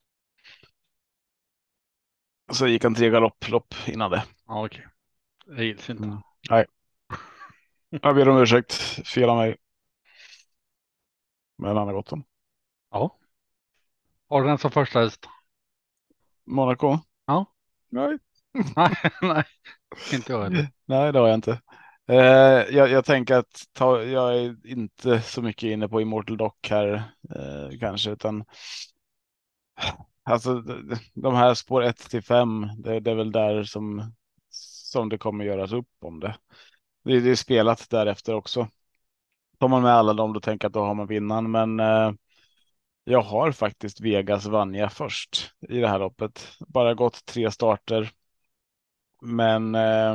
[SPEAKER 2] Så gick han 3 galopplopp innan det.
[SPEAKER 3] Ja, okej. Det gills inte.
[SPEAKER 2] Nej. Jag ber om ursäkt. Fel av mig. Men han har gått dem.
[SPEAKER 3] Ja. Har du den som första häst?
[SPEAKER 2] Monaco?
[SPEAKER 3] Ja.
[SPEAKER 2] Nej.
[SPEAKER 3] Nej, inte jag heller.
[SPEAKER 2] Nej, det har jag inte. Jag tänker att jag är inte så mycket inne på Immortal Dock här kanske, utan Alltså de här spår 1-5, det är väl där som det kommer göras upp om det. Det är spelat därefter också. Tar man med alla dem, då tänker jag att då har man vinnaren. Men jag har faktiskt Vegas Vanja först i det här loppet. Bara gått 3 starter. Men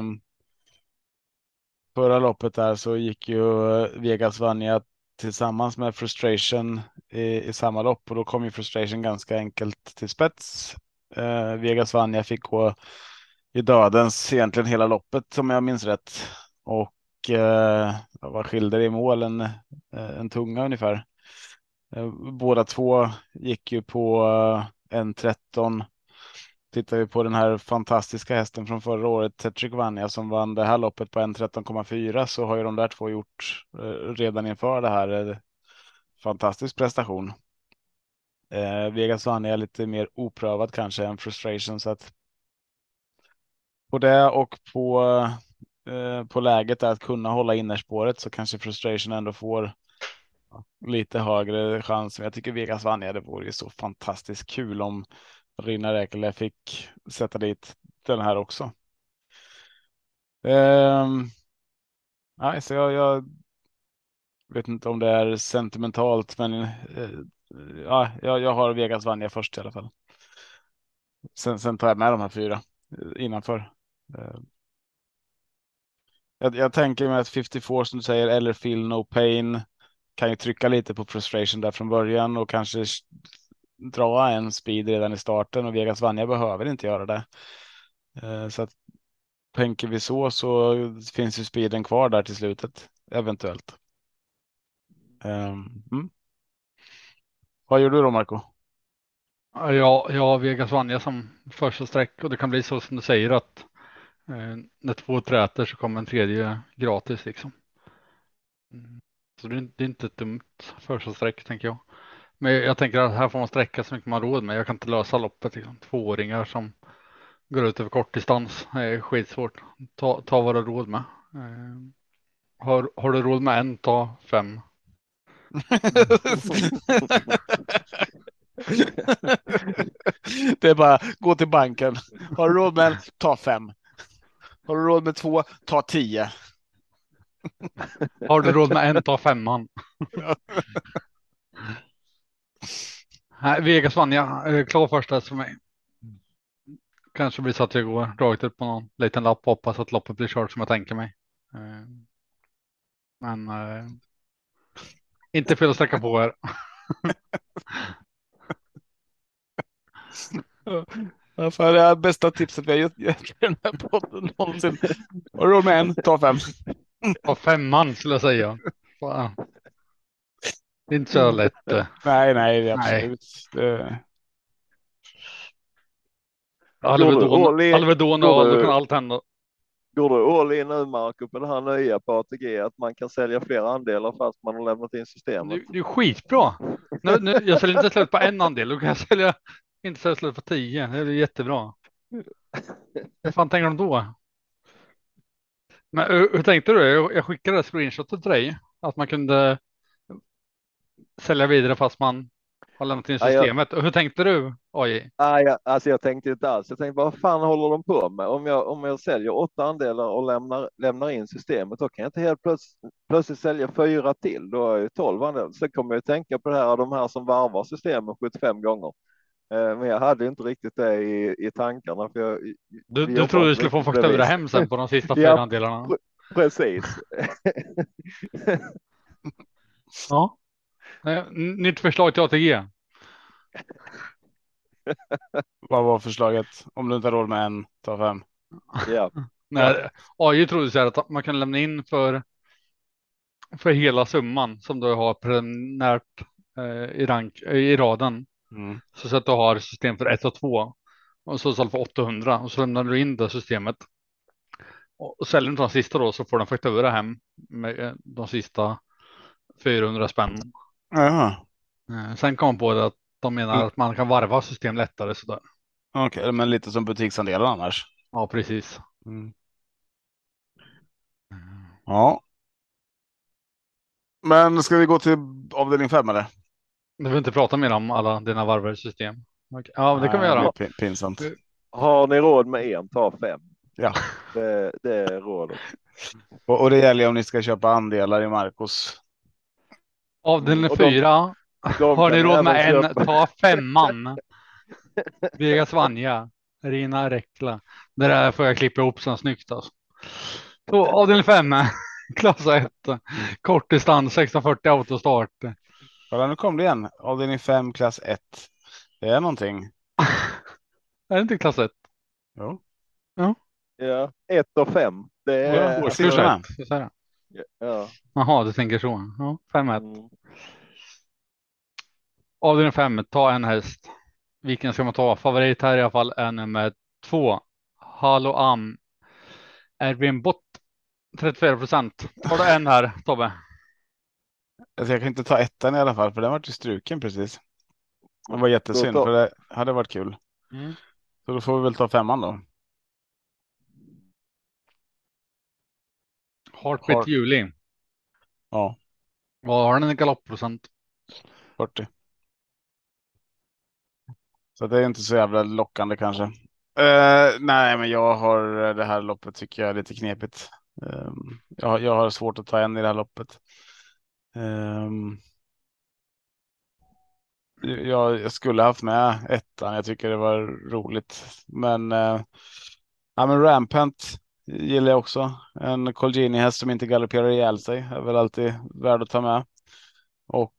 [SPEAKER 2] förra loppet där så gick ju Vegas Vanja tillsammans med Frustration i samma lopp, och då kom ju Frustration ganska enkelt till spets. Vegas Vanja fick gå i dödens egentligen hela loppet om jag minns rätt. Och vad skilde det i mål? En tunga ungefär. Båda två gick ju på 1:13. Tittar vi på den här fantastiska hästen från förra året, Tetrick Vanja, som vann det här loppet på 1:13,4, så har ju de där två gjort redan inför det här fantastisk prestation. Vegas Vanja är lite mer oprövad kanske än Frustration, så att på det och på läget att kunna hålla innerspåret så kanske Frustration ändå får lite högre chans. Men jag tycker Vegas Vanja, det vore ju så fantastiskt kul om Rina Räkele fick sätta dit den här också. Nej, så jag vet inte om det är sentimentalt, men ja, jag har Vegas Vanja först i alla fall. Sen tar jag med de här 4 innanför. Jag tänker mig att 54 som du säger, eller Feel No Pain, kan ju trycka lite på Frustration där från början och kanske dra en speed redan i starten, och Vegas Vanja behöver inte göra det. Så att tänker vi så finns ju speeden kvar där till slutet eventuellt. Vad gör du då, Marco?
[SPEAKER 3] Ja, jag har Vegas Vanja som första streck, och det kan bli så som du säger att när 2 träter så kommer en tredje gratis liksom. Så det är inte ett dumt första streck, tänker jag. Men jag tänker att här får man sträcka så mycket man har råd med. Jag kan inte lösa loppet liksom. 2-åringar som går ut över kortdistans är skitsvårt. Ta vad du har råd med. Har du råd med en, ta 5.
[SPEAKER 2] Det är bara gå till banken. Har du råd med en, ta 5. Har du råd med 2, ta 10.
[SPEAKER 3] Har du råd med en, ta 5:an. Vegas Vanja, klar första för mig. Kanske blir så att jag går rakt upp på någon liten lapp och hoppas att loppet blir kört som jag tänker mig. Men inte fel att sträcka på här.
[SPEAKER 2] För det är bästa tipset vi har gett i den här podden någonsin. Har du råd med en, ta 5.
[SPEAKER 3] Ta 5:an skulle jag säga. Fan. Det är inte så lätt.
[SPEAKER 2] Nej, det är absolut.
[SPEAKER 3] Alvedon och då kan allt hända.
[SPEAKER 4] Går du all in nu, Marco, på det här nya på ATG, att man kan sälja flera andelar fast man har lämnat in systemet?
[SPEAKER 3] Det är skitbra. Jag säljer inte slut på en andel, då kan jag inte sälja slut på 10. Det är jättebra. Vad fan tänker de då? Men hur tänkte du? Jag skickade screenshotet till dig. Att man kunde sälja vidare fast man har lämnat in systemet. Hur tänkte du, AJ?
[SPEAKER 4] Alltså jag tänkte inte alls. Jag tänkte, vad fan håller de på med? Om jag säljer 8 andelar och lämnar in systemet, då kan jag inte helt plötsligt sälja 4 till. Då är jag 12 andelar. Så kommer jag tänka på det här, de här som varvar systemet 75 gånger. Men jag hade inte riktigt det i tankarna. För
[SPEAKER 3] du trodde du skulle få faktura hem sen på de sista 4 andelarna?
[SPEAKER 4] Precis.
[SPEAKER 3] Ja. Nytt förslag till ATG.
[SPEAKER 2] Vad var förslaget? Om du inte har råd med en, ta 5.
[SPEAKER 4] Ja.
[SPEAKER 3] Nej, AJ trodde så här att man kan lämna in för hela summan som du har preliminärt i raden. Så att du har system för 1 och 2 och så för 800, och så lämnar du in det systemet. Och säljer du de sista då, så får den faktura hem med de sista 400 spänn.
[SPEAKER 2] Jaha.
[SPEAKER 3] Sen kom på det att de menar att man kan varva system lättare sådär.
[SPEAKER 2] Okej, men lite som butiksandelar annars.
[SPEAKER 3] Ja, precis.
[SPEAKER 2] Ja. Men ska vi gå till avdelning 5 eller?
[SPEAKER 3] Du vill inte prata mer om alla dina varvade system. Okej. Ja, det kan vi
[SPEAKER 2] Nej,
[SPEAKER 3] göra.
[SPEAKER 2] det blir pinsamt.
[SPEAKER 4] Har ni råd med en, ta 5.
[SPEAKER 2] Ja.
[SPEAKER 4] Det är rådet.
[SPEAKER 2] Och det gäller ju om ni ska köpa andelar i Marcos.
[SPEAKER 3] Avdelning
[SPEAKER 4] Och
[SPEAKER 3] 4.
[SPEAKER 4] de
[SPEAKER 3] Har
[SPEAKER 4] kan
[SPEAKER 3] ni råd
[SPEAKER 4] även
[SPEAKER 3] med en,
[SPEAKER 4] köpa.
[SPEAKER 3] ta 5. Vegas Vanja. Rina Rekla. Det där får jag klippa ihop så snyggt alltså. Så avdelning 5. Klass 1. Kortdistans 1640 autostart.
[SPEAKER 2] Kolla, nu kom det igen. Avdelning 5, klass 1. Det är någonting.
[SPEAKER 3] Är det inte klass 1?
[SPEAKER 2] Jo.
[SPEAKER 4] Ja, 1 och 5. Det
[SPEAKER 2] Ja,
[SPEAKER 4] är
[SPEAKER 3] Årskurs
[SPEAKER 2] siffrorna.
[SPEAKER 3] 1.
[SPEAKER 4] ja.
[SPEAKER 3] Jaha, du tänker så. Ja, 5-1.
[SPEAKER 4] Mm.
[SPEAKER 3] Avdelning 5. Ta en häst. Vilken ska man ta? Favorit här i alla fall är nummer 2. Halo Am. Erwin Bott. 34%. Tar du en här, Tobbe?
[SPEAKER 2] Alltså, jag kan inte ta ettan i alla fall, för den var ju struken precis. Det var jättesynd,
[SPEAKER 4] Då tar-
[SPEAKER 2] för det hade varit kul. Så då får vi väl ta 5:an då.
[SPEAKER 3] Heartbeat Juli.
[SPEAKER 2] Ja,
[SPEAKER 3] Vad har den i galoppprocent?
[SPEAKER 2] 40. Så det är inte så jävla lockande kanske. Nej, men jag har det här loppet tycker jag är lite knepigt. Jag har svårt att ta en i det här loppet. Jag skulle haft med ettan. Jag tycker det var roligt. Men, ja, men Rampant gillar jag också. En Colgjini-häst som inte galopperar ihjäl sig är väl alltid värd att ta med. Och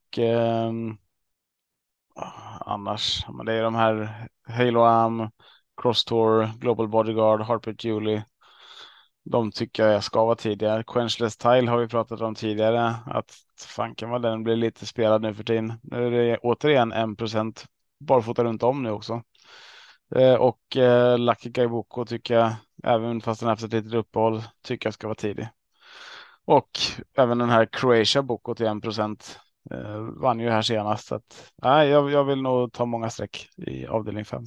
[SPEAKER 2] annars, men det är de här Halo Am, Cross Tour, Global Bodyguard, Harper Julie. De tycker jag ska vara tidigare. Quenchless Tile har vi pratat om tidigare. Att fanken vad den blir lite spelad nu för tiden. Nu är det återigen 1% barfota runt om nu också. Och Lucky Guy Boko tycker jag, även fast den har haft ett litet uppehåll, tycker jag ska vara tidig. Och även den här Croatia Boko till 1%. Vann ju här senast. Så att, nej, jag vill nog ta många streck i avdelning 5.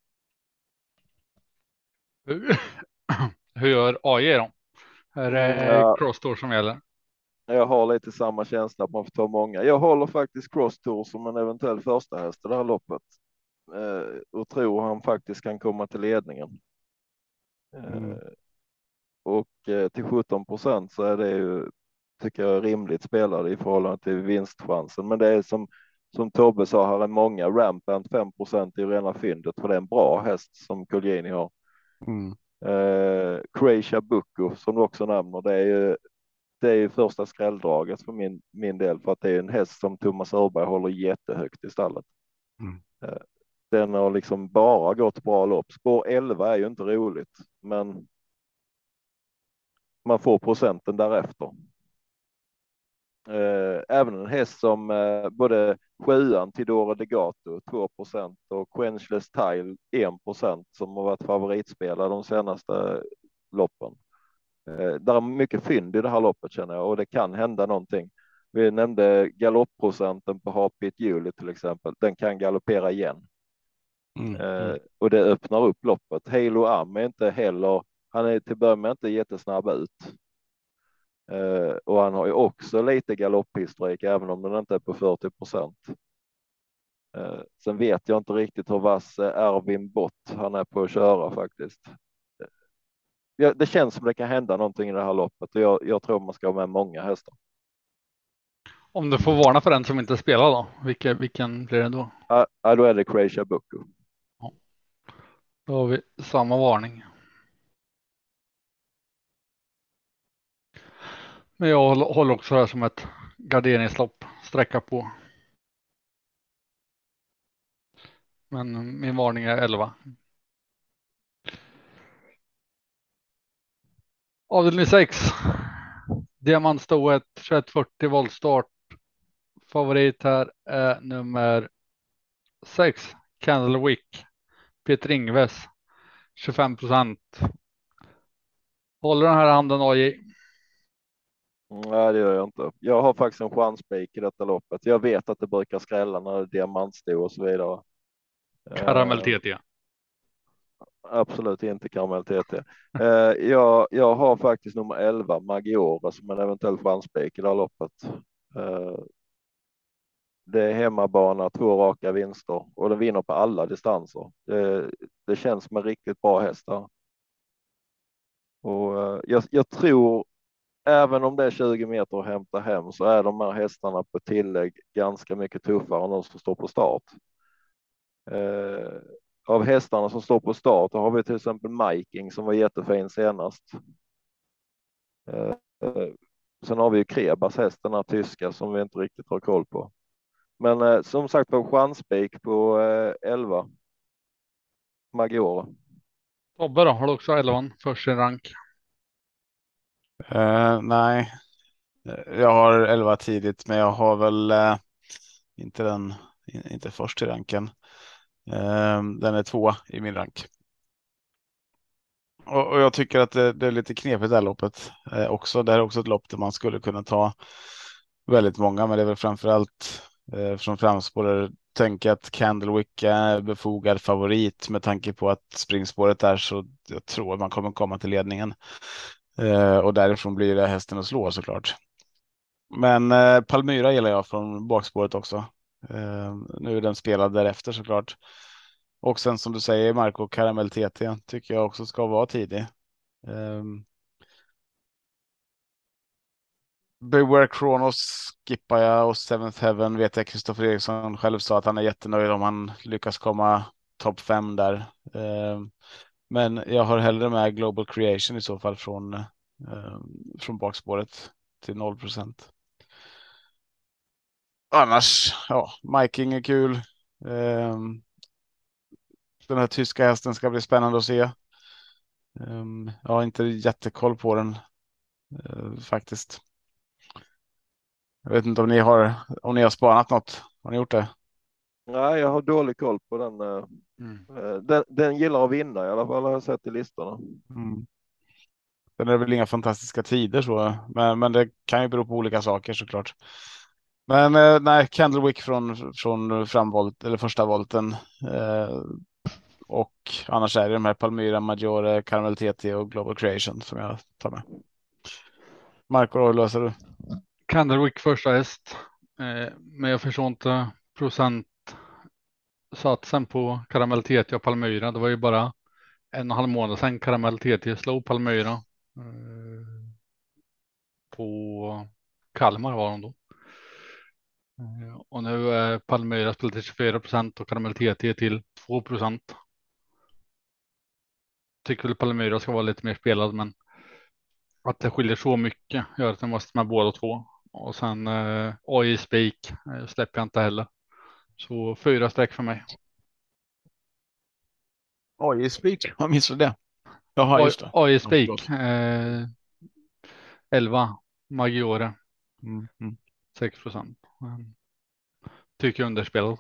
[SPEAKER 3] Hur gör AJ då? Är det
[SPEAKER 4] Ja.
[SPEAKER 3] Cross Tour som gäller?
[SPEAKER 4] Jag har lite samma känsla att man får ta många. Jag håller faktiskt Cross Tour som en eventuell första häst i det här loppet. Och tror han faktiskt kan komma till ledningen. Och till 17% så är det ju, tycker jag, rimligt spelade i förhållande till vinstchansen. Men det är som Tobbe sa, här är många. Rampant 5% är ju rena fyndet, för det är en bra häst som Colgjini har. Croatia Bucco som du också nämner, det är ju första skrälldraget för min del, för att det är en häst som Thomas Örberg håller jättehögt i stallet. Den har liksom bara gått bra lopp. Spår 11 är ju inte roligt, men man får procenten därefter. Även en häst som både 7:an Tidore Legato 2% och Quenchless Tile 1% som har varit favoritspelare de senaste loppen. Där är mycket fynd i det här loppet känner jag, och det kan hända någonting. Vi nämnde galoppprocenten på Heartbeat Juli till exempel. Den kan galoppera igen. Och det öppnar upp loppet. Halo Am är inte heller, han är till början med inte jättesnabb ut. Och han har ju också lite galopphistorik även om den inte är på 40%. Sen vet jag inte riktigt hur vass Erwin Bott han är på att köra faktiskt. Det känns som det kan hända någonting i det här loppet och jag tror man ska ha med många hästar.
[SPEAKER 3] Om du får varna för den som inte spelar då, vilken blir det då?
[SPEAKER 4] Ja, då är det Croatia Bucco.
[SPEAKER 3] Ja. Då har vi samma varning. Men jag håller också det här som ett garderingslopp, sträcka på. Men min varning är 11. Avdelning 6. Diamantstoet 2140 voltstart. Favorit här är nummer 6. Candlewick. Peter Ingves. 25%. Håller den här handen AJ?
[SPEAKER 4] Nej, det gör jag inte. Jag har faktiskt en chanspik i detta loppet. Jag vet att det brukar skrälla när det är diamantsto och så vidare.
[SPEAKER 3] Karamell TT.
[SPEAKER 4] Absolut inte Karamell TT. Jag har faktiskt nummer 11 Maggiore som en eventuell chanspik i det här loppet. Det är hemmabana, 2 raka vinster och den vinner på alla distanser. Det känns som en riktigt bra häst där. Och jag tror, även om det är 20 meter att hämta hem, så är de här hästarna på tillägg ganska mycket tuffare än de som står på start. Av hästarna som står på start har vi till exempel Miking som var jättefin senast. Sen har vi ju Krebas häst, den här tyska som vi inte riktigt har koll på. Men som sagt på chanspik på 11. Maggiore.
[SPEAKER 3] Tobbe då, har du också 11 för sin rank?
[SPEAKER 2] Nej, jag har 11 tidigt, men jag har väl inte först i ranken. Den är 2 i min rank. Och jag tycker att det är lite knepigt det här loppet också. Det här är också ett lopp där man skulle kunna ta väldigt många, men det är väl framförallt från framspårare tänker att Candlewick är befogad favorit med tanke på att springspåret är så jag tror att man kommer komma till ledningen. Och därifrån blir det hästen att slå såklart. Men Palmyra gillar jag från bakspåret också. Nu är den spelad därefter såklart. Och sen som du säger Marco, Caramel TT tycker jag också ska vara tidig. Beware Kronos skippar jag och Seventh Heaven vet jag Kristoffer Eriksson själv sa att han är jättenöjd om han lyckas komma topp 5 där. Men jag har hellre med Global Creation i så fall från bakspåret till 0%. Annars, ja, Miking är kul. Den här tyska hästen ska bli spännande att se. Jag har inte jättekoll på den faktiskt. Jag vet inte om ni har spanat något. Har ni gjort det?
[SPEAKER 4] Nej, jag har dålig koll på den. Den gillar att vinna i alla fall har jag sett i listorna.
[SPEAKER 2] Den är väl inga fantastiska tider så, men det kan ju bero på olika saker såklart. Men nej, Candlewick från framvolt eller första volten. Och annars är det de här Palmyra, Maggiore, Caramel TT och Global Creation som jag tar med. Marco, hur löser du?
[SPEAKER 3] Candlewick första häst. Men jag förstår inte procentsatsen på Caramel TT och Palmyra. Det var ju bara 1,5 månad sedan Caramel TT slog Palmyra. På Kalmar var de då. Och nu är Palmyra spelat till 24% och Caramel TT till 2%. Tycker väl Palmyra ska vara lite mer spelad, men att det skiljer så mycket gör att jag måste med båda två. Och sen AI Speak släpper jag inte heller. Så 4 streck för mig.
[SPEAKER 2] AI Speak, vad missade det? Jaha, just det.
[SPEAKER 3] AI Speak. 11 Maggiore. 6%. Tycker underspelad.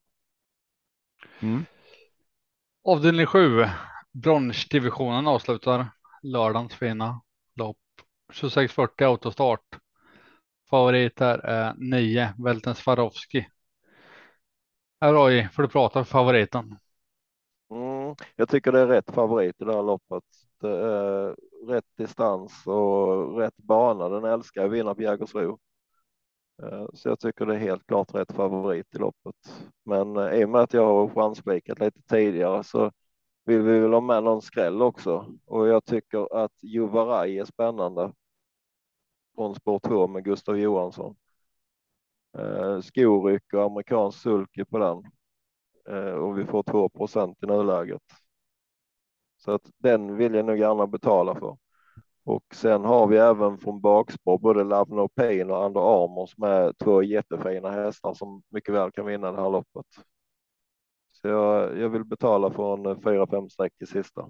[SPEAKER 3] Avdelning 7. Bronsdivisionen avslutar lördagens fina lopp. 2640 autostart. Favorit är 9 Velten Swarovski. Roy, får du prata för favoriten?
[SPEAKER 4] Jag tycker det är rätt favorit i det här loppet. Det är rätt distans och rätt bana. Den älskar att vinna på Jägersro. Så jag tycker det är helt klart rätt favorit i loppet. Men i och med att jag har chansspikat lite tidigare så vill vi väl ha med någon skräll också. Och jag tycker att Juvaraj är spännande. Från spår 2 med Gustav Johansson. Skoryck och amerikansk sulky på den. Och vi får 2% i nuläget. Så att den vill jag nog gärna betala för. Och sen har vi även från bakspår både Love No Pain och Under Armour som är 2 jättefina hästar som mycket väl kan vinna det här loppet. Så jag vill betala för en 4-5 streck i sista.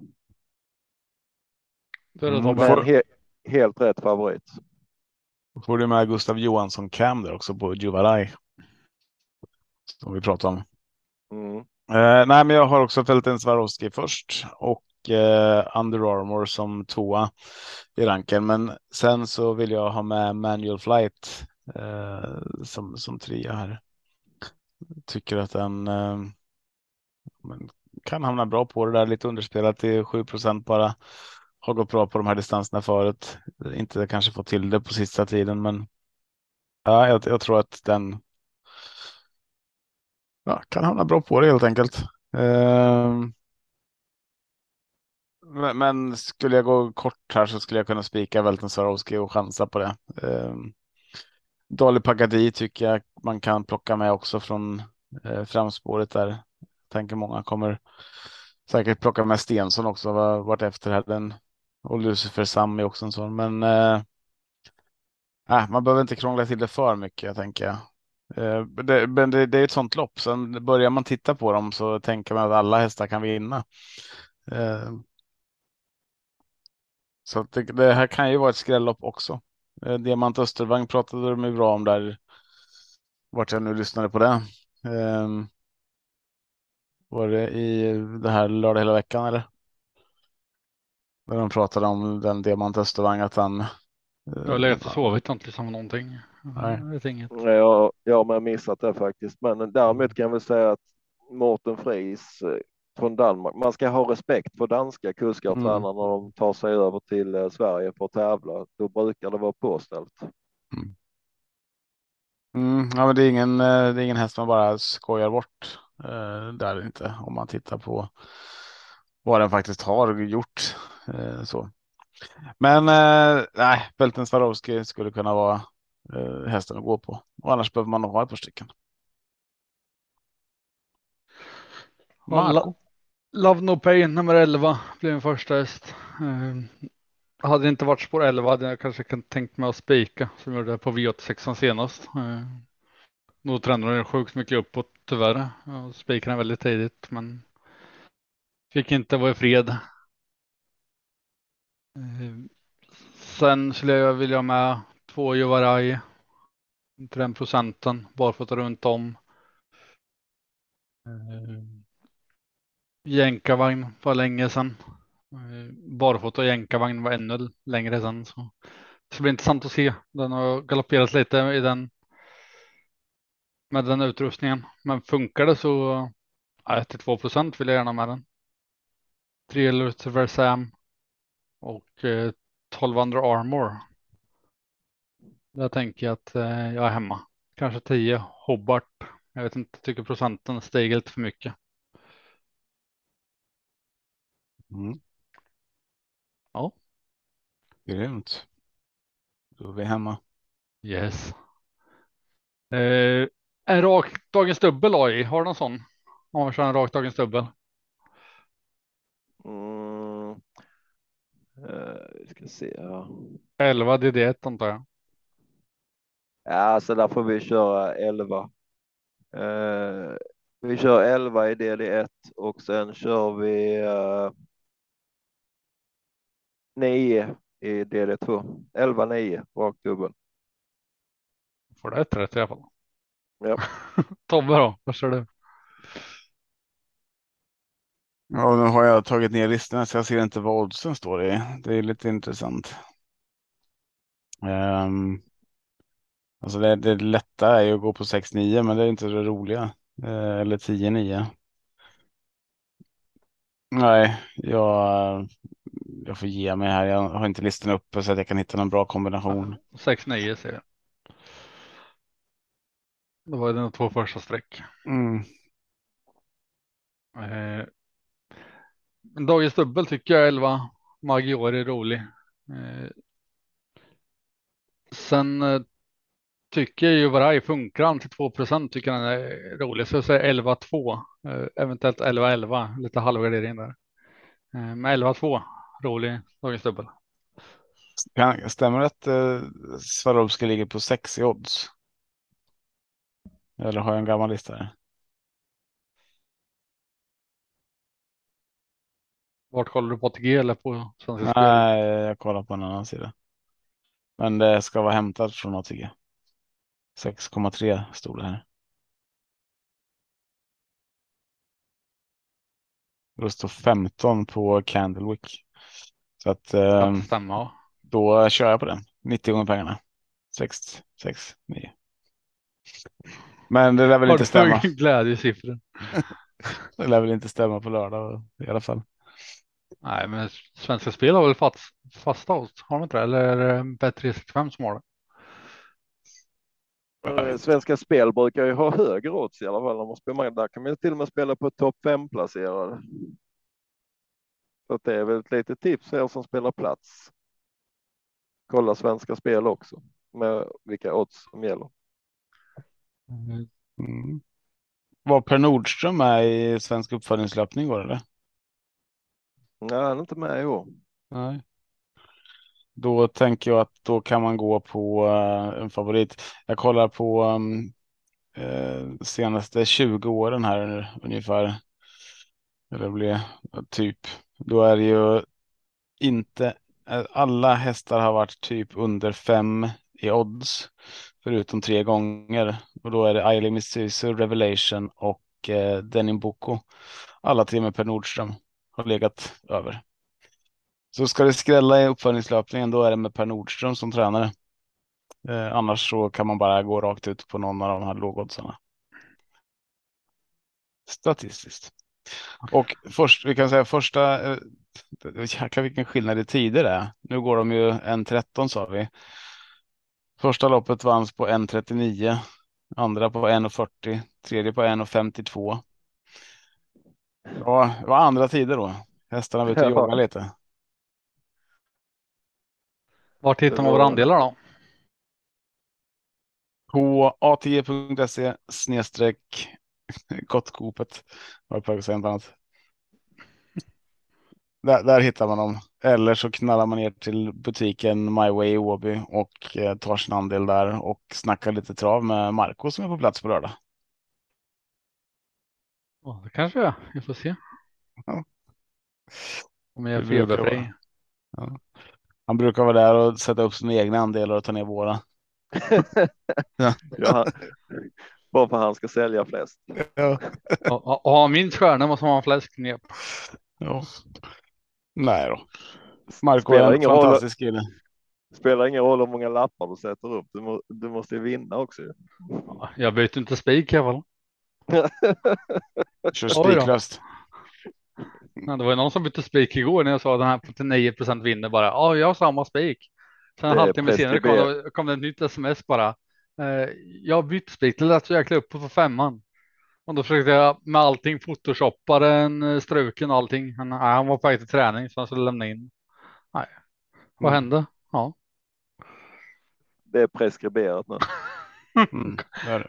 [SPEAKER 4] Men helt rätt favorit.
[SPEAKER 2] Får du med Gustav Johansson Cam där också på Juvaraj. Som vi pratade om. Nej, men jag har också Velten Swarovski först och Under Armour som 2 i ranken. Men sen så vill jag ha med Manual Flight som 3 här. Tycker att den kan hamna bra på det där. Lite underspelat till 7% bara. Har gått bra på de här distanserna förut. Inte kanske fått till det på sista tiden, men ja, jag tror att ja, kan hamna bra på det helt enkelt. Men skulle jag gå kort här så skulle jag kunna spika Velten Swarovski och chansa på det. Dali Pagadi tycker jag man kan plocka med också från framspåret där. Jag tänker många kommer säkert plocka med Stensson också vart efter här. Och Lucifer Sam är också en sån. Men man behöver inte krångla till det för mycket, jag tänker. Men det är ett sånt lopp. Sen börjar man titta på dem så tänker man att alla hästar kan vinna. Så att det här kan ju vara ett skrällopp också. Diamant Östervagn pratade de ju bra om där. Vart jag nu lyssnade på det. Var det i det här lördag hela veckan eller? När de pratade om den Diamant Östervagn att han...
[SPEAKER 3] Jag har legat och sovit, inte liksom någonting.
[SPEAKER 2] Nej.
[SPEAKER 3] Jag vet inget.
[SPEAKER 4] Jag har missat det faktiskt. Men däremot kan jag väl säga att Mårten Friis från Danmark. Man ska ha respekt för danska kuskar och tränare när de tar sig över till Sverige för att tävla. Då brukar det vara påställt.
[SPEAKER 2] Ja, men det är ingen häst man bara skojar bort. Där inte. Om man tittar på vad den faktiskt har gjort. Så. Men nej, Velten Swarovski skulle kunna vara hästen att gå på. Och annars behöver man nog ha ett par stycken. Marco.
[SPEAKER 3] Love No Pain nummer 11 blev en första häst. Hade det inte varit spår 11 hade jag kanske tänkt mig att spika som gjorde det på V86 senast. Då trendade den sjukt mycket uppåt tyvärr. Jag spikade den väldigt tidigt men fick inte vara i fred. Sen skulle jag vilja ha med 2 Juvaraj. 3% barfota runt om. Jänkarvagn var länge sedan. Barfota och jänkarvagn var ännu längre sedan. Så det ska bli intressant att se. Den har galopperat lite i den med den utrustningen. Men funkar det så 1-2% vill jag gärna med den. 3 Lucifer Sam och 1200 Armor. Där tänker jag att jag är hemma. Kanske 10 Hobart. Jag vet inte, tycker procenten stiger lite för mycket. Ja.
[SPEAKER 2] Grymt. Då är vi hemma.
[SPEAKER 3] Yes. En rak dagens dubbel AI, har du någon sån? Om vi kör en rak dagens dubbel.
[SPEAKER 4] Vi ska se. Ja.
[SPEAKER 3] 11 DD1 antar jag.
[SPEAKER 4] Ja, så där får vi köra 11. Vi kör 11 i DD1 och sen kör vi 9 i DD2. 11-9 rakt dubbel.
[SPEAKER 3] Får det ett rätt i alla fall.
[SPEAKER 4] Ja.
[SPEAKER 3] Tobbe då, vad kör du?
[SPEAKER 2] Ja, nu har jag tagit ner listorna så jag ser inte vad oddsen står i. Det är lite intressant. Alltså det lätta är ju att gå på 6-9, men det är inte det roliga. Eller 10-9. Nej, jag får ge mig här. Jag har inte listan uppe så att jag kan hitta någon bra kombination.
[SPEAKER 3] 6-9 ser jag. Det var den 2 första streck. Dagens dubbel tycker jag 11 Maggiore är rolig. Sen tycker jag ju Varaj funkar han till 2%, tycker han är rolig. Så jag säger 11-2, eventuellt 11-11, lite halvgardering där. Men 11-2, rolig dagens dubbel.
[SPEAKER 2] Stämmer det att Swarovski ligger på 6 i odds? Eller har jag en gammal lista här?
[SPEAKER 3] Vart kollar du på ATG eller på Svenska Spel?
[SPEAKER 2] Nej, jag kollar på en annan sida. Men det ska vara hämtat från ATG. 6,3 stod det här. Det står 15 på Candlewick. Så att
[SPEAKER 3] Stämma.
[SPEAKER 2] då kör jag på den. 90 gånger pengarna. 6, 9. Men det lär väl inte stämma.
[SPEAKER 3] Glädjesiffror.
[SPEAKER 2] Det lär väl inte stämma på lördag i alla fall.
[SPEAKER 3] Nej, men Svenska Spel har väl fasta odds, har de inte det? Eller är det Bet365 som har det?
[SPEAKER 4] Svenska Spel brukar ju ha högre odds i alla fall. Där kan man ju till och med spela på topp 5-placerade. Så att det är väl ett litet tips för er som spelar plats. Kolla Svenska Spel också med vilka odds som gäller.
[SPEAKER 2] Mm. Var Per Nordström med i svensk uppföljningslöpning går eller?
[SPEAKER 4] Nej, han är inte med i år.
[SPEAKER 2] Nej. Då tänker jag att då kan man gå på en favorit. Jag kollar på senaste 20 åren här ungefär. Eller det blir typ. Då är det ju inte alla hästar har varit typ under 5 i odds. Förutom 3 gånger. Och då är det Ailey Missisu, Revelation och Denim Boko. Alla 3 med Per Nordström har legat över. Så ska det skrälla i uppföljningslöpningen då är det med Per Nordström som tränare. Annars så kan man bara gå rakt ut på någon av de här lågoddsarna. Statistiskt. Och först, vi kan säga första, jäklar vilken skillnad i tider det är. Nu går de ju 1.13 sa vi. Första loppet vanns på 1.39, andra på 1.40, tredje på 1.52. Ja, det var andra tider då. Hästarna var ute och jogga lite.
[SPEAKER 3] Var hittar man våra andelar då?
[SPEAKER 2] På atg.se snedstreck Gottkopet. Var på att säga något annat. Där hittar man dem. Eller så knallar man ner till butiken My Way i Åby och tar sin andel där och snackar lite trav med Marco som är på plats på lördag.
[SPEAKER 3] Ja, det kanske jag. Vi får se.
[SPEAKER 2] Ja.
[SPEAKER 3] Om jag är feberfri.
[SPEAKER 2] Ja. Han brukar vara där och sätta upp sina egna andelar och ta ner våra.
[SPEAKER 4] Ja, bara för att han ska sälja flest.
[SPEAKER 2] Ja.
[SPEAKER 3] Och ha min stjärna måste man ha fläskknep.
[SPEAKER 2] Ja. Nej då. Marco är en fantastisk kille.
[SPEAKER 4] Spelar ingen roll hur många lappar du sätter upp. Du måste ju vinna också.
[SPEAKER 3] Jag byter inte spik i alla fall.
[SPEAKER 2] Kör spiklöst.
[SPEAKER 3] Ja, det var någon som bytte spik igår när jag sa att den här på 9% vinner bara. Ja, jag har samma spik. Sen en halvtimme senare kom det ett nytt sms bara. Jag bytte spik, det lät så jäkla uppe på 5:an. Och då försökte jag med allting photoshoppa den, struken och allting. Han var på väg till träning så han skulle lämna in. Nej, vad hände? Ja.
[SPEAKER 4] Det är preskriberat nu.
[SPEAKER 2] Det är det.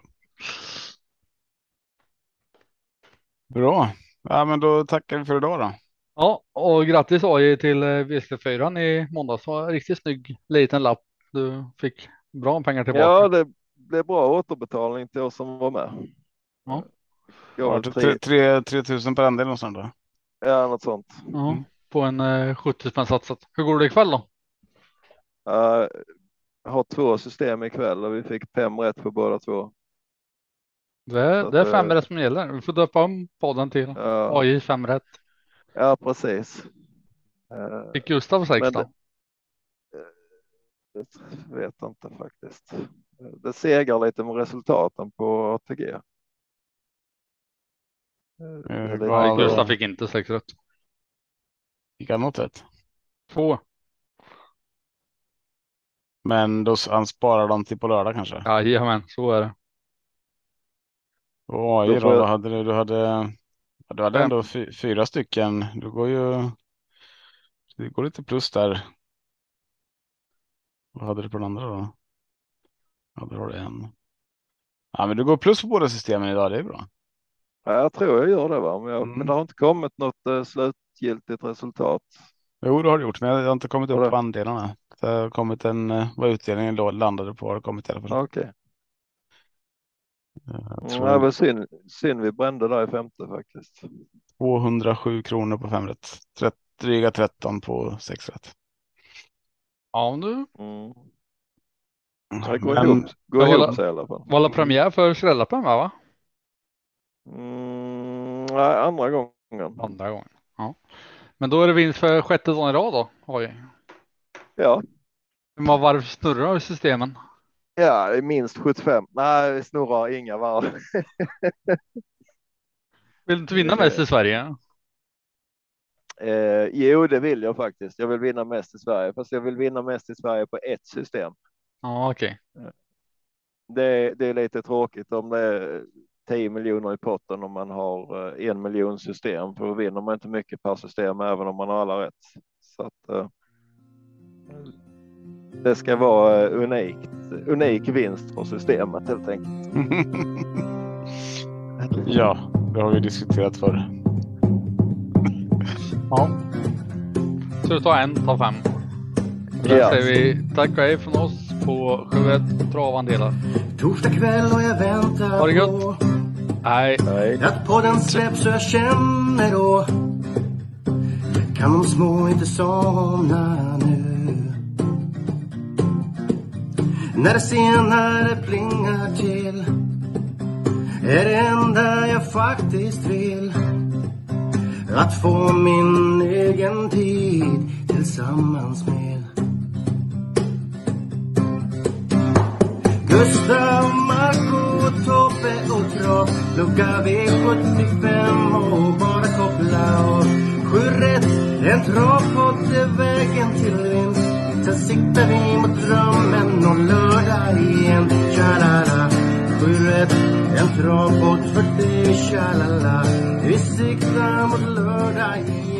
[SPEAKER 2] Bra. Ja, men då tackar vi för idag då.
[SPEAKER 3] Ja, och grattis AJ till V64 i måndags. Var riktigt snygg liten lapp. Du fick bra pengar tillbaka.
[SPEAKER 4] Ja, det blev bra återbetalning till oss som var med.
[SPEAKER 3] Ja.
[SPEAKER 2] Ja, 3 000 per andel någonstans då.
[SPEAKER 4] Ja, något sånt.
[SPEAKER 3] Ja, på en 70 spänn satsat. Hur går det ikväll då?
[SPEAKER 4] Jag har 2 system ikväll och vi fick 5 rätt på båda 2.
[SPEAKER 3] Det är 5 rätt som gäller. Vi får döpa om podden till AJ 5 rätt.
[SPEAKER 4] Ja, precis.
[SPEAKER 3] Fick Gustav 6 då?
[SPEAKER 4] Det vet jag inte faktiskt. Det segar lite med resultaten på ATG.
[SPEAKER 3] Gustav fick inte 6 rätt.
[SPEAKER 2] Fick han något rätt?
[SPEAKER 3] 2.
[SPEAKER 2] Men då han sparar dem till på lördag kanske?
[SPEAKER 3] Jajamän, så är det.
[SPEAKER 2] Oj, då hade du hade ändå 4 stycken. Det går lite plus där. Vad hade du på den andra då? Ja, då har du en. Ja, men du går plus på båda systemen idag, det är bra.
[SPEAKER 4] Ja, jag tror jag gör det va. Men det har inte kommit något slutgiltigt resultat.
[SPEAKER 2] Jo, det har du gjort, men jag har inte kommit upp på andelarna. Det har kommit vad utdelningen landade på har kommit i alla fall.
[SPEAKER 4] Okej. Det var synd vi brände där i 5:e faktiskt.
[SPEAKER 2] 207 kronor på 5 rätt. Dryga 13 på 6 rätt.
[SPEAKER 3] Ja, nu.
[SPEAKER 4] Det går ihop sig i alla fall.
[SPEAKER 3] Var det premiär för Skrällappen va?
[SPEAKER 4] Nej, andra gången.
[SPEAKER 3] Andra gången, ja. Men då är det vinst för 6:e dagen i rad då? Oj.
[SPEAKER 4] Ja.
[SPEAKER 3] Hur många varv snurrar i systemen?
[SPEAKER 4] Ja, minst 75. Nej, vi snurrar inga varv.
[SPEAKER 3] Vill du inte vinna mest i Sverige?
[SPEAKER 4] Jo, det vill jag faktiskt. Jag vill vinna mest i Sverige, fast jag vill vinna mest i Sverige på ett system.
[SPEAKER 3] Ja, okej.
[SPEAKER 4] det är lite tråkigt om det är 10 miljoner i potten om man har 1 miljon system, för då vinner man inte mycket per system även om man har alla rätt. Så att det ska vara unik vinst på systemet helt enkelt.
[SPEAKER 2] Ja, det har vi diskuterat förr.
[SPEAKER 3] Ja. Så du tar 1 av 5. Där
[SPEAKER 4] Ja.
[SPEAKER 3] säger vi tack och hej från oss på 7-1 Travandelar.
[SPEAKER 1] Torsdag kväll och jag väntar
[SPEAKER 3] Ha det gott.
[SPEAKER 1] på
[SPEAKER 3] Hej.
[SPEAKER 1] att podden släpps så jag känner då kan de små inte somna nu. När det senare plingar till är det enda jag faktiskt vill att få min egen tid tillsammans med Gustav, Marco, Tobbe och Trav. Lucka V75 och bara koppla av. 7 rätt, en travpodd är vägen till vinst. Sen siktar vi mot drömmen och lördag igen. Tjalala, 7 rätt, en travpodd för dig. Tjalala, vi siktar mot lördag igen.